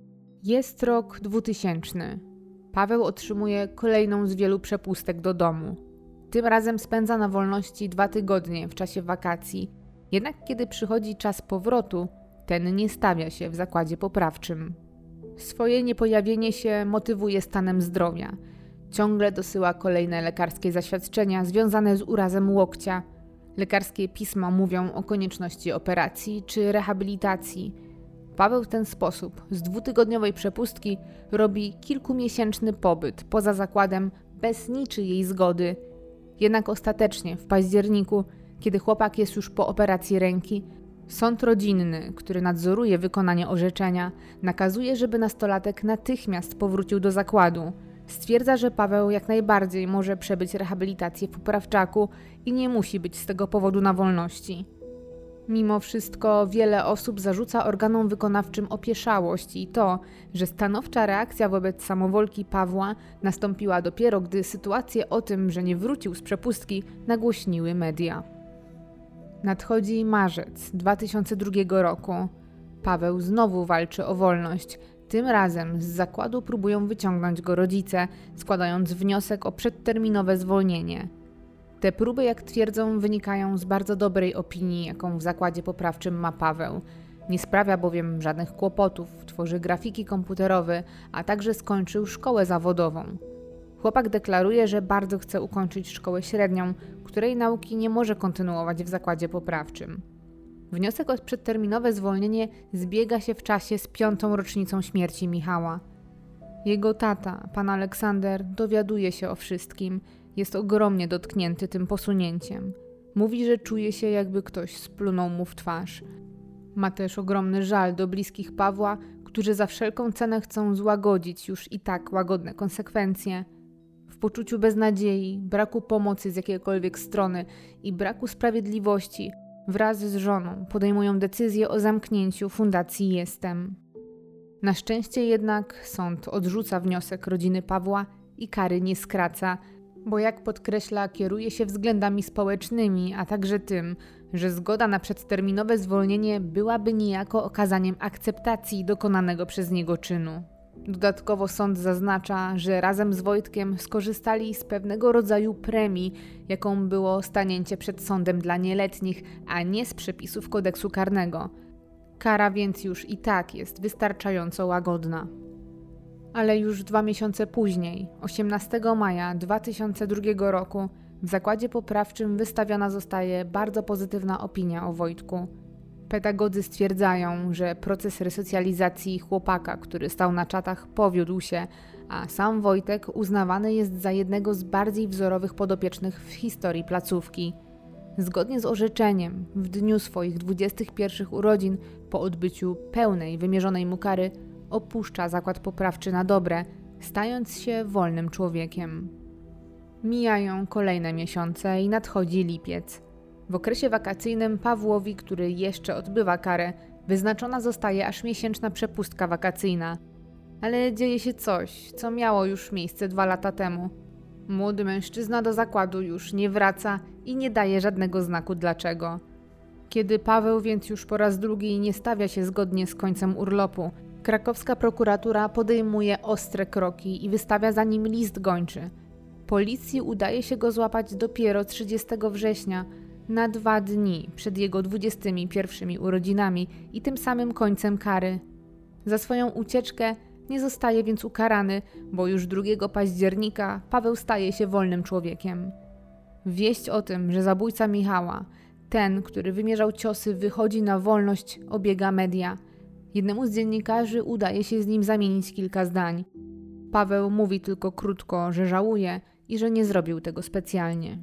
Jest rok dwutysięczny. Paweł otrzymuje kolejną z wielu przepustek do domu. Tym razem spędza na wolności dwa tygodnie w czasie wakacji, jednak kiedy przychodzi czas powrotu, ten nie stawia się w zakładzie poprawczym. Swoje niepojawienie się motywuje stanem zdrowia. Ciągle dosyła kolejne lekarskie zaświadczenia związane z urazem łokcia. Lekarskie pisma mówią o konieczności operacji czy rehabilitacji. Paweł w ten sposób z dwutygodniowej przepustki robi kilkumiesięczny pobyt poza zakładem bez niczyjej zgody. Jednak ostatecznie w październiku, kiedy chłopak jest już po operacji ręki, sąd rodzinny, który nadzoruje wykonanie orzeczenia, nakazuje, żeby nastolatek natychmiast powrócił do zakładu. Stwierdza, że Paweł jak najbardziej może przebyć rehabilitację w poprawczaku i nie musi być z tego powodu na wolności. Mimo wszystko wiele osób zarzuca organom wykonawczym opieszałość i to, że stanowcza reakcja wobec samowolki Pawła nastąpiła dopiero, gdy sytuację o tym, że nie wrócił z przepustki, nagłośniły media. Nadchodzi marzec dwa tysiące drugiego roku. Paweł znowu walczy o wolność. Tym razem z zakładu próbują wyciągnąć go rodzice, składając wniosek o przedterminowe zwolnienie. Te próby, jak twierdzą, wynikają z bardzo dobrej opinii, jaką w zakładzie poprawczym ma Paweł. Nie sprawia bowiem żadnych kłopotów, tworzy grafiki komputerowe, a także skończył szkołę zawodową. Chłopak deklaruje, że bardzo chce ukończyć szkołę średnią, której nauki nie może kontynuować w zakładzie poprawczym. Wniosek o przedterminowe zwolnienie zbiega się w czasie z piątą rocznicą śmierci Michała. Jego tata, pan Aleksander, dowiaduje się o wszystkim. Jest ogromnie dotknięty tym posunięciem. Mówi, że czuje się, jakby ktoś splunął mu w twarz. Ma też ogromny żal do bliskich Pawła, którzy za wszelką cenę chcą złagodzić już i tak łagodne konsekwencje. W poczuciu beznadziei, braku pomocy z jakiejkolwiek strony i braku sprawiedliwości wraz z żoną podejmują decyzję o zamknięciu fundacji Jestem. Na szczęście jednak sąd odrzuca wniosek rodziny Pawła i kary nie skraca, bo jak podkreśla, kieruje się względami społecznymi, a także tym, że zgoda na przedterminowe zwolnienie byłaby niejako okazaniem akceptacji dokonanego przez niego czynu. Dodatkowo sąd zaznacza, że razem z Wojtkiem skorzystali z pewnego rodzaju premii, jaką było stanięcie przed sądem dla nieletnich, a nie z przepisów kodeksu karnego. Kara więc już i tak jest wystarczająco łagodna. Ale już dwa miesiące później, osiemnastego maja dwa tysiące drugiego roku, w zakładzie poprawczym wystawiona zostaje bardzo pozytywna opinia o Wojtku. Pedagodzy stwierdzają, że proces resocjalizacji chłopaka, który stał na czatach, powiódł się, a sam Wojtek uznawany jest za jednego z bardziej wzorowych podopiecznych w historii placówki. Zgodnie z orzeczeniem, w dniu swoich dwudziestych pierwszych urodzin, po odbyciu pełnej wymierzonej mu kary, opuszcza zakład poprawczy na dobre, stając się wolnym człowiekiem. Mijają kolejne miesiące i nadchodzi lipiec. W okresie wakacyjnym Pawłowi, który jeszcze odbywa karę, wyznaczona zostaje aż miesięczna przepustka wakacyjna. Ale dzieje się coś, co miało już miejsce dwa lata temu. Młody mężczyzna do zakładu już nie wraca i nie daje żadnego znaku dlaczego. Kiedy Paweł więc już po raz drugi nie stawia się zgodnie z końcem urlopu, krakowska prokuratura podejmuje ostre kroki i wystawia za nim list gończy. Policji udaje się go złapać dopiero trzydziestego września, na dwa dni przed jego dwudziestymi pierwszymi urodzinami i tym samym końcem kary. Za swoją ucieczkę Nie zostaje więc ukarany, bo już drugiego października Paweł staje się wolnym człowiekiem. Wieść o tym, że zabójca Michała, ten, który wymierzał ciosy, wychodzi na wolność, obiega media. Jednemu z dziennikarzy udaje się z nim zamienić kilka zdań. Paweł mówi tylko krótko, że żałuje i że nie zrobił tego specjalnie.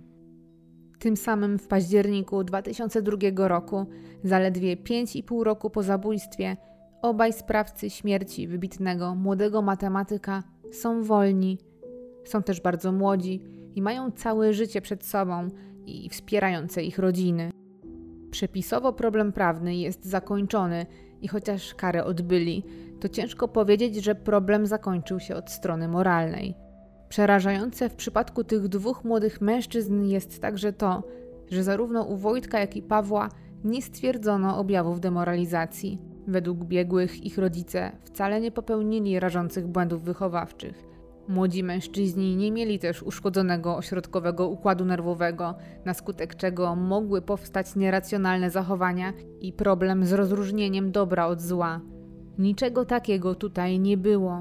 Tym samym w październiku dwa tysiące drugiego roku, zaledwie pięć i pół roku po zabójstwie, obaj sprawcy śmierci wybitnego młodego matematyka są wolni. Są też bardzo młodzi i mają całe życie przed sobą i wspierające ich rodziny. Przepisowo problem prawny jest zakończony i chociaż karę odbyli, to ciężko powiedzieć, że problem zakończył się od strony moralnej. Przerażające w przypadku tych dwóch młodych mężczyzn jest także to, że zarówno u Wojtka, jak i Pawła nie stwierdzono objawów demoralizacji. Według biegłych ich rodzice wcale nie popełnili rażących błędów wychowawczych. Młodzi mężczyźni nie mieli też uszkodzonego ośrodkowego układu nerwowego, na skutek czego mogły powstać nieracjonalne zachowania i problem z rozróżnieniem dobra od zła. Niczego takiego tutaj nie było.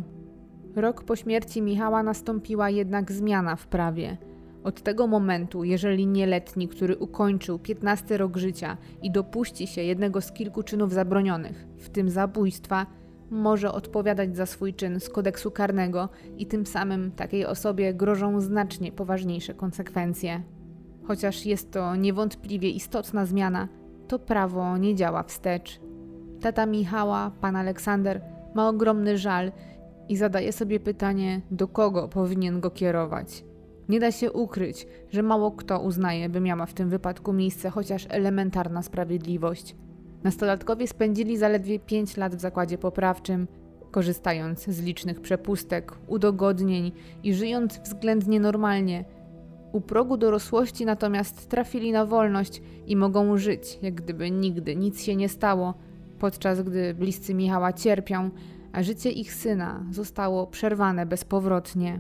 Rok po śmierci Michała nastąpiła jednak zmiana w prawie. Od tego momentu, jeżeli nieletni, który ukończył piętnasty rok życia i dopuści się jednego z kilku czynów zabronionych, w tym zabójstwa, może odpowiadać za swój czyn z kodeksu karnego i tym samym takiej osobie grożą znacznie poważniejsze konsekwencje. Chociaż jest to niewątpliwie istotna zmiana, to prawo nie działa wstecz. Tata Michała, pan Aleksander, ma ogromny żal i zadaje sobie pytanie, do kogo powinien go kierować. Nie da się ukryć, że mało kto uznaje, by miała w tym wypadku miejsce chociaż elementarna sprawiedliwość. Nastolatkowie spędzili zaledwie pięć lat w zakładzie poprawczym, korzystając z licznych przepustek, udogodnień i żyjąc względnie normalnie. U progu dorosłości natomiast trafili na wolność i mogą żyć, jak gdyby nigdy nic się nie stało, podczas gdy bliscy Michała cierpią, a życie ich syna zostało przerwane bezpowrotnie.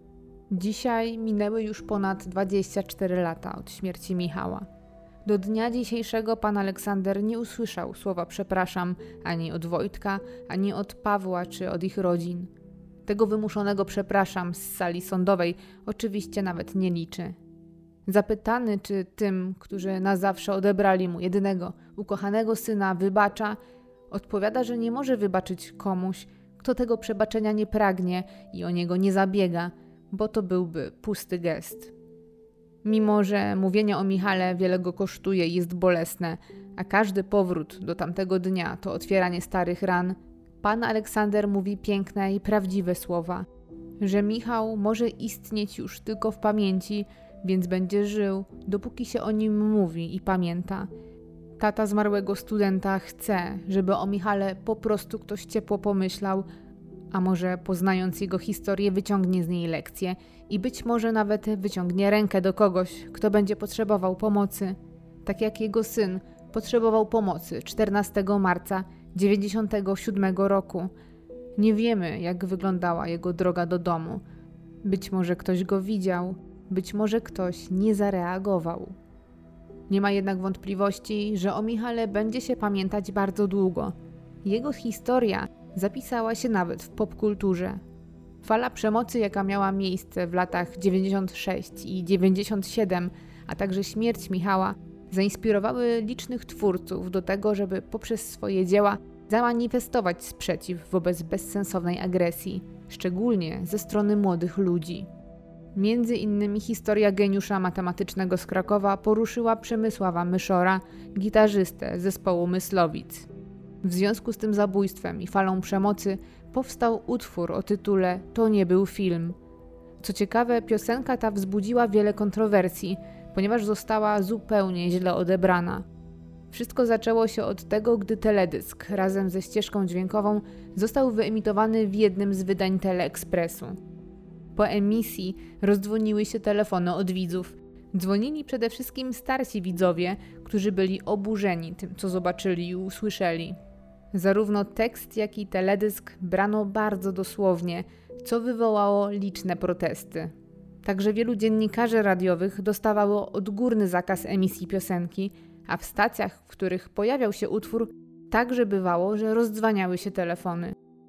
Dzisiaj minęły już ponad dwadzieścia cztery lata od śmierci Michała. Do dnia dzisiejszego pan Aleksander nie usłyszał słowa przepraszam ani od Wojtka, ani od Pawła czy od ich rodzin. Tego wymuszonego przepraszam z sali sądowej oczywiście nawet nie liczy. Zapytany, czy tym, którzy na zawsze odebrali mu jedynego, ukochanego syna, wybacza, odpowiada, że nie może wybaczyć komuś, kto tego przebaczenia nie pragnie i o niego nie zabiega, bo to byłby pusty gest. Mimo że mówienie o Michale wiele go kosztuje i jest bolesne, a każdy powrót do tamtego dnia to otwieranie starych ran, pan Aleksander mówi piękne i prawdziwe słowa, że Michał może istnieć już tylko w pamięci, więc będzie żył, dopóki się o nim mówi i pamięta. Tata zmarłego studenta chce, żeby o Michale po prostu ktoś ciepło pomyślał, a może poznając jego historię wyciągnie z niej lekcję i być może nawet wyciągnie rękę do kogoś, kto będzie potrzebował pomocy. Tak jak jego syn potrzebował pomocy czternastego marca dziewięćdziesiątego siódmego roku. Nie wiemy, jak wyglądała jego droga do domu. Być może ktoś go widział, być może ktoś nie zareagował. Nie ma jednak wątpliwości, że o Michale będzie się pamiętać bardzo długo. Jego historia zapisała się nawet w popkulturze. Fala przemocy, jaka miała miejsce w latach dziewięćdziesiąt sześć i dziewięćdziesiąt siedem, a także śmierć Michała, zainspirowały licznych twórców do tego, żeby poprzez swoje dzieła zamanifestować sprzeciw wobec bezsensownej agresji, szczególnie ze strony młodych ludzi. Między innymi historia geniusza matematycznego z Krakowa poruszyła Przemysława Myszora, gitarzystę zespołu Myslowic. W związku z tym zabójstwem i falą przemocy powstał utwór o tytule To nie był film. Co ciekawe, piosenka ta wzbudziła wiele kontrowersji, ponieważ została zupełnie źle odebrana. Wszystko zaczęło się od tego, gdy teledysk razem ze ścieżką dźwiękową został wyemitowany w jednym z wydań Teleekspresu. Po emisji rozdzwoniły się telefony od widzów. Dzwonili przede wszystkim starsi widzowie, którzy byli oburzeni tym, co zobaczyli i usłyszeli. Zarówno tekst, jak i teledysk brano bardzo dosłownie, co wywołało liczne protesty. Także wielu dziennikarzy radiowych dostawało odgórny zakaz emisji piosenki, a w stacjach, w których pojawiał się utwór, także bywało, że rozdzwaniały się telefony.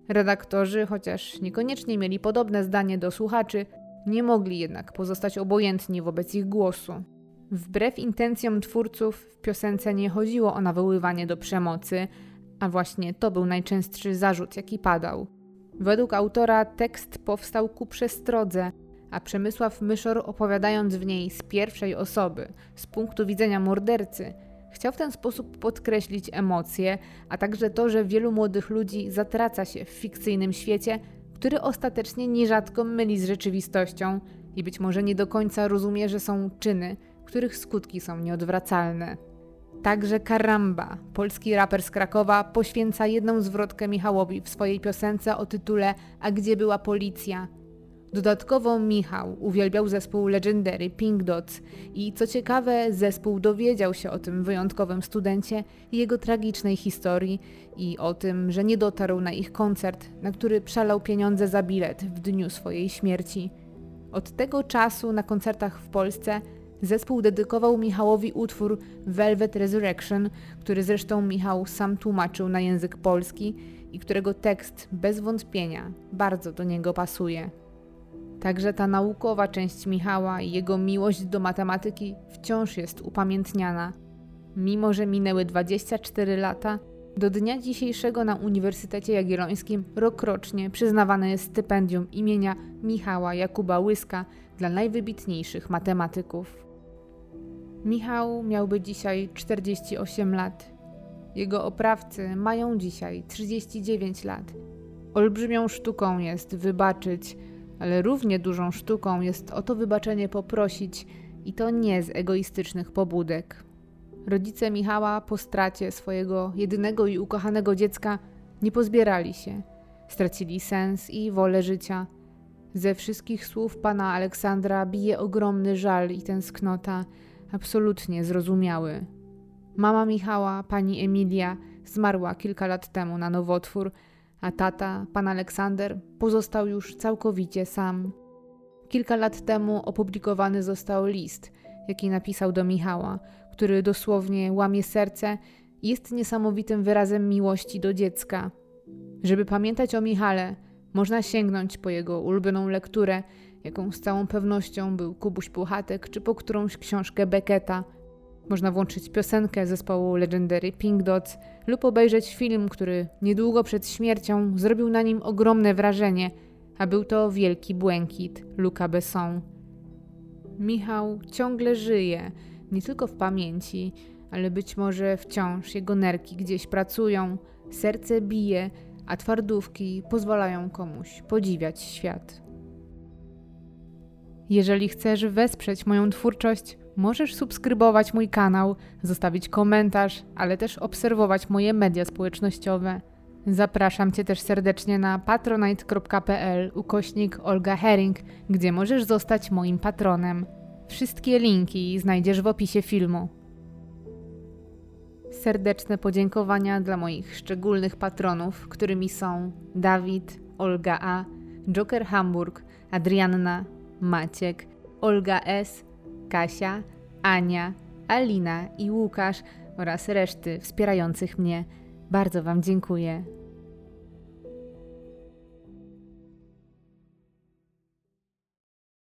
Redaktorzy, chociaż niekoniecznie mieli podobne zdanie do słuchaczy, nie mogli jednak pozostać obojętni wobec ich głosu. Wbrew intencjom twórców w piosence nie chodziło o nawoływanie do przemocy, a właśnie to był najczęstszy zarzut, jaki padał. Według autora tekst powstał ku przestrodze, a Przemysław Myszor, opowiadając w niej z pierwszej osoby, z punktu widzenia mordercy, chciał w ten sposób podkreślić emocje, a także to, że wielu młodych ludzi zatraca się w fikcyjnym świecie, który ostatecznie nierzadko myli z rzeczywistością i być może nie do końca rozumie, że są czyny, których skutki są nieodwracalne. Także Karamba, polski raper z Krakowa, poświęca jedną zwrotkę Michałowi w swojej piosence o tytule „A gdzie była policja?”. Dodatkowo Michał uwielbiał zespół Legendary Pink Dots i co ciekawe, zespół dowiedział się o tym wyjątkowym studencie i jego tragicznej historii i o tym, że nie dotarł na ich koncert, na który przelał pieniądze za bilet w dniu swojej śmierci. Od tego czasu na koncertach w Polsce zespół dedykował Michałowi utwór Velvet Resurrection, który zresztą Michał sam tłumaczył na język polski i którego tekst bez wątpienia bardzo do niego pasuje. Także ta naukowa część Michała i jego miłość do matematyki wciąż jest upamiętniana. Mimo że minęły dwadzieścia cztery lata, do dnia dzisiejszego na Uniwersytecie Jagiellońskim rokrocznie przyznawane jest stypendium imienia Michała Jakuba Łyska dla najwybitniejszych matematyków. Michał miałby dzisiaj czterdzieści osiem lat. Jego oprawcy mają dzisiaj trzydzieści dziewięć lat. Olbrzymią sztuką jest wybaczyć, ale równie dużą sztuką jest o to wybaczenie poprosić i to nie z egoistycznych pobudek. Rodzice Michała po stracie swojego jedynego i ukochanego dziecka nie pozbierali się. Stracili sens i wolę życia. Ze wszystkich słów pana Aleksandra bije ogromny żal i tęsknota, absolutnie zrozumiały. Mama Michała, pani Emilia, zmarła kilka lat temu na nowotwór, a tata, pan Aleksander, pozostał już całkowicie sam. Kilka lat temu opublikowany został list, jaki napisał do Michała, który dosłownie łamie serce i jest niesamowitym wyrazem miłości do dziecka. Żeby pamiętać o Michale, można sięgnąć po jego ulubioną lekturę, jaką z całą pewnością był Kubuś Puchatek, czy po którąś książkę Becketa. Można włączyć piosenkę zespołu Legendary Pink Dots lub obejrzeć film, który niedługo przed śmiercią zrobił na nim ogromne wrażenie, a był to Wielki Błękit Luca Besson. Michał ciągle żyje, nie tylko w pamięci, ale być może wciąż jego nerki gdzieś pracują, serce bije, a twardówki pozwalają komuś podziwiać świat. Jeżeli chcesz wesprzeć moją twórczość, możesz subskrybować mój kanał, zostawić komentarz, ale też obserwować moje media społecznościowe. Zapraszam Cię też serdecznie na patronite.pl ukośnik Olga Herring, gdzie możesz zostać moim patronem. Wszystkie linki znajdziesz w opisie filmu. Serdeczne podziękowania dla moich szczególnych patronów, którymi są Dawid, Olga A, Joker Hamburg, Adrianna, Maciek, Olga S, Kasia, Ania, Alina i Łukasz oraz reszty wspierających mnie. Bardzo Wam dziękuję.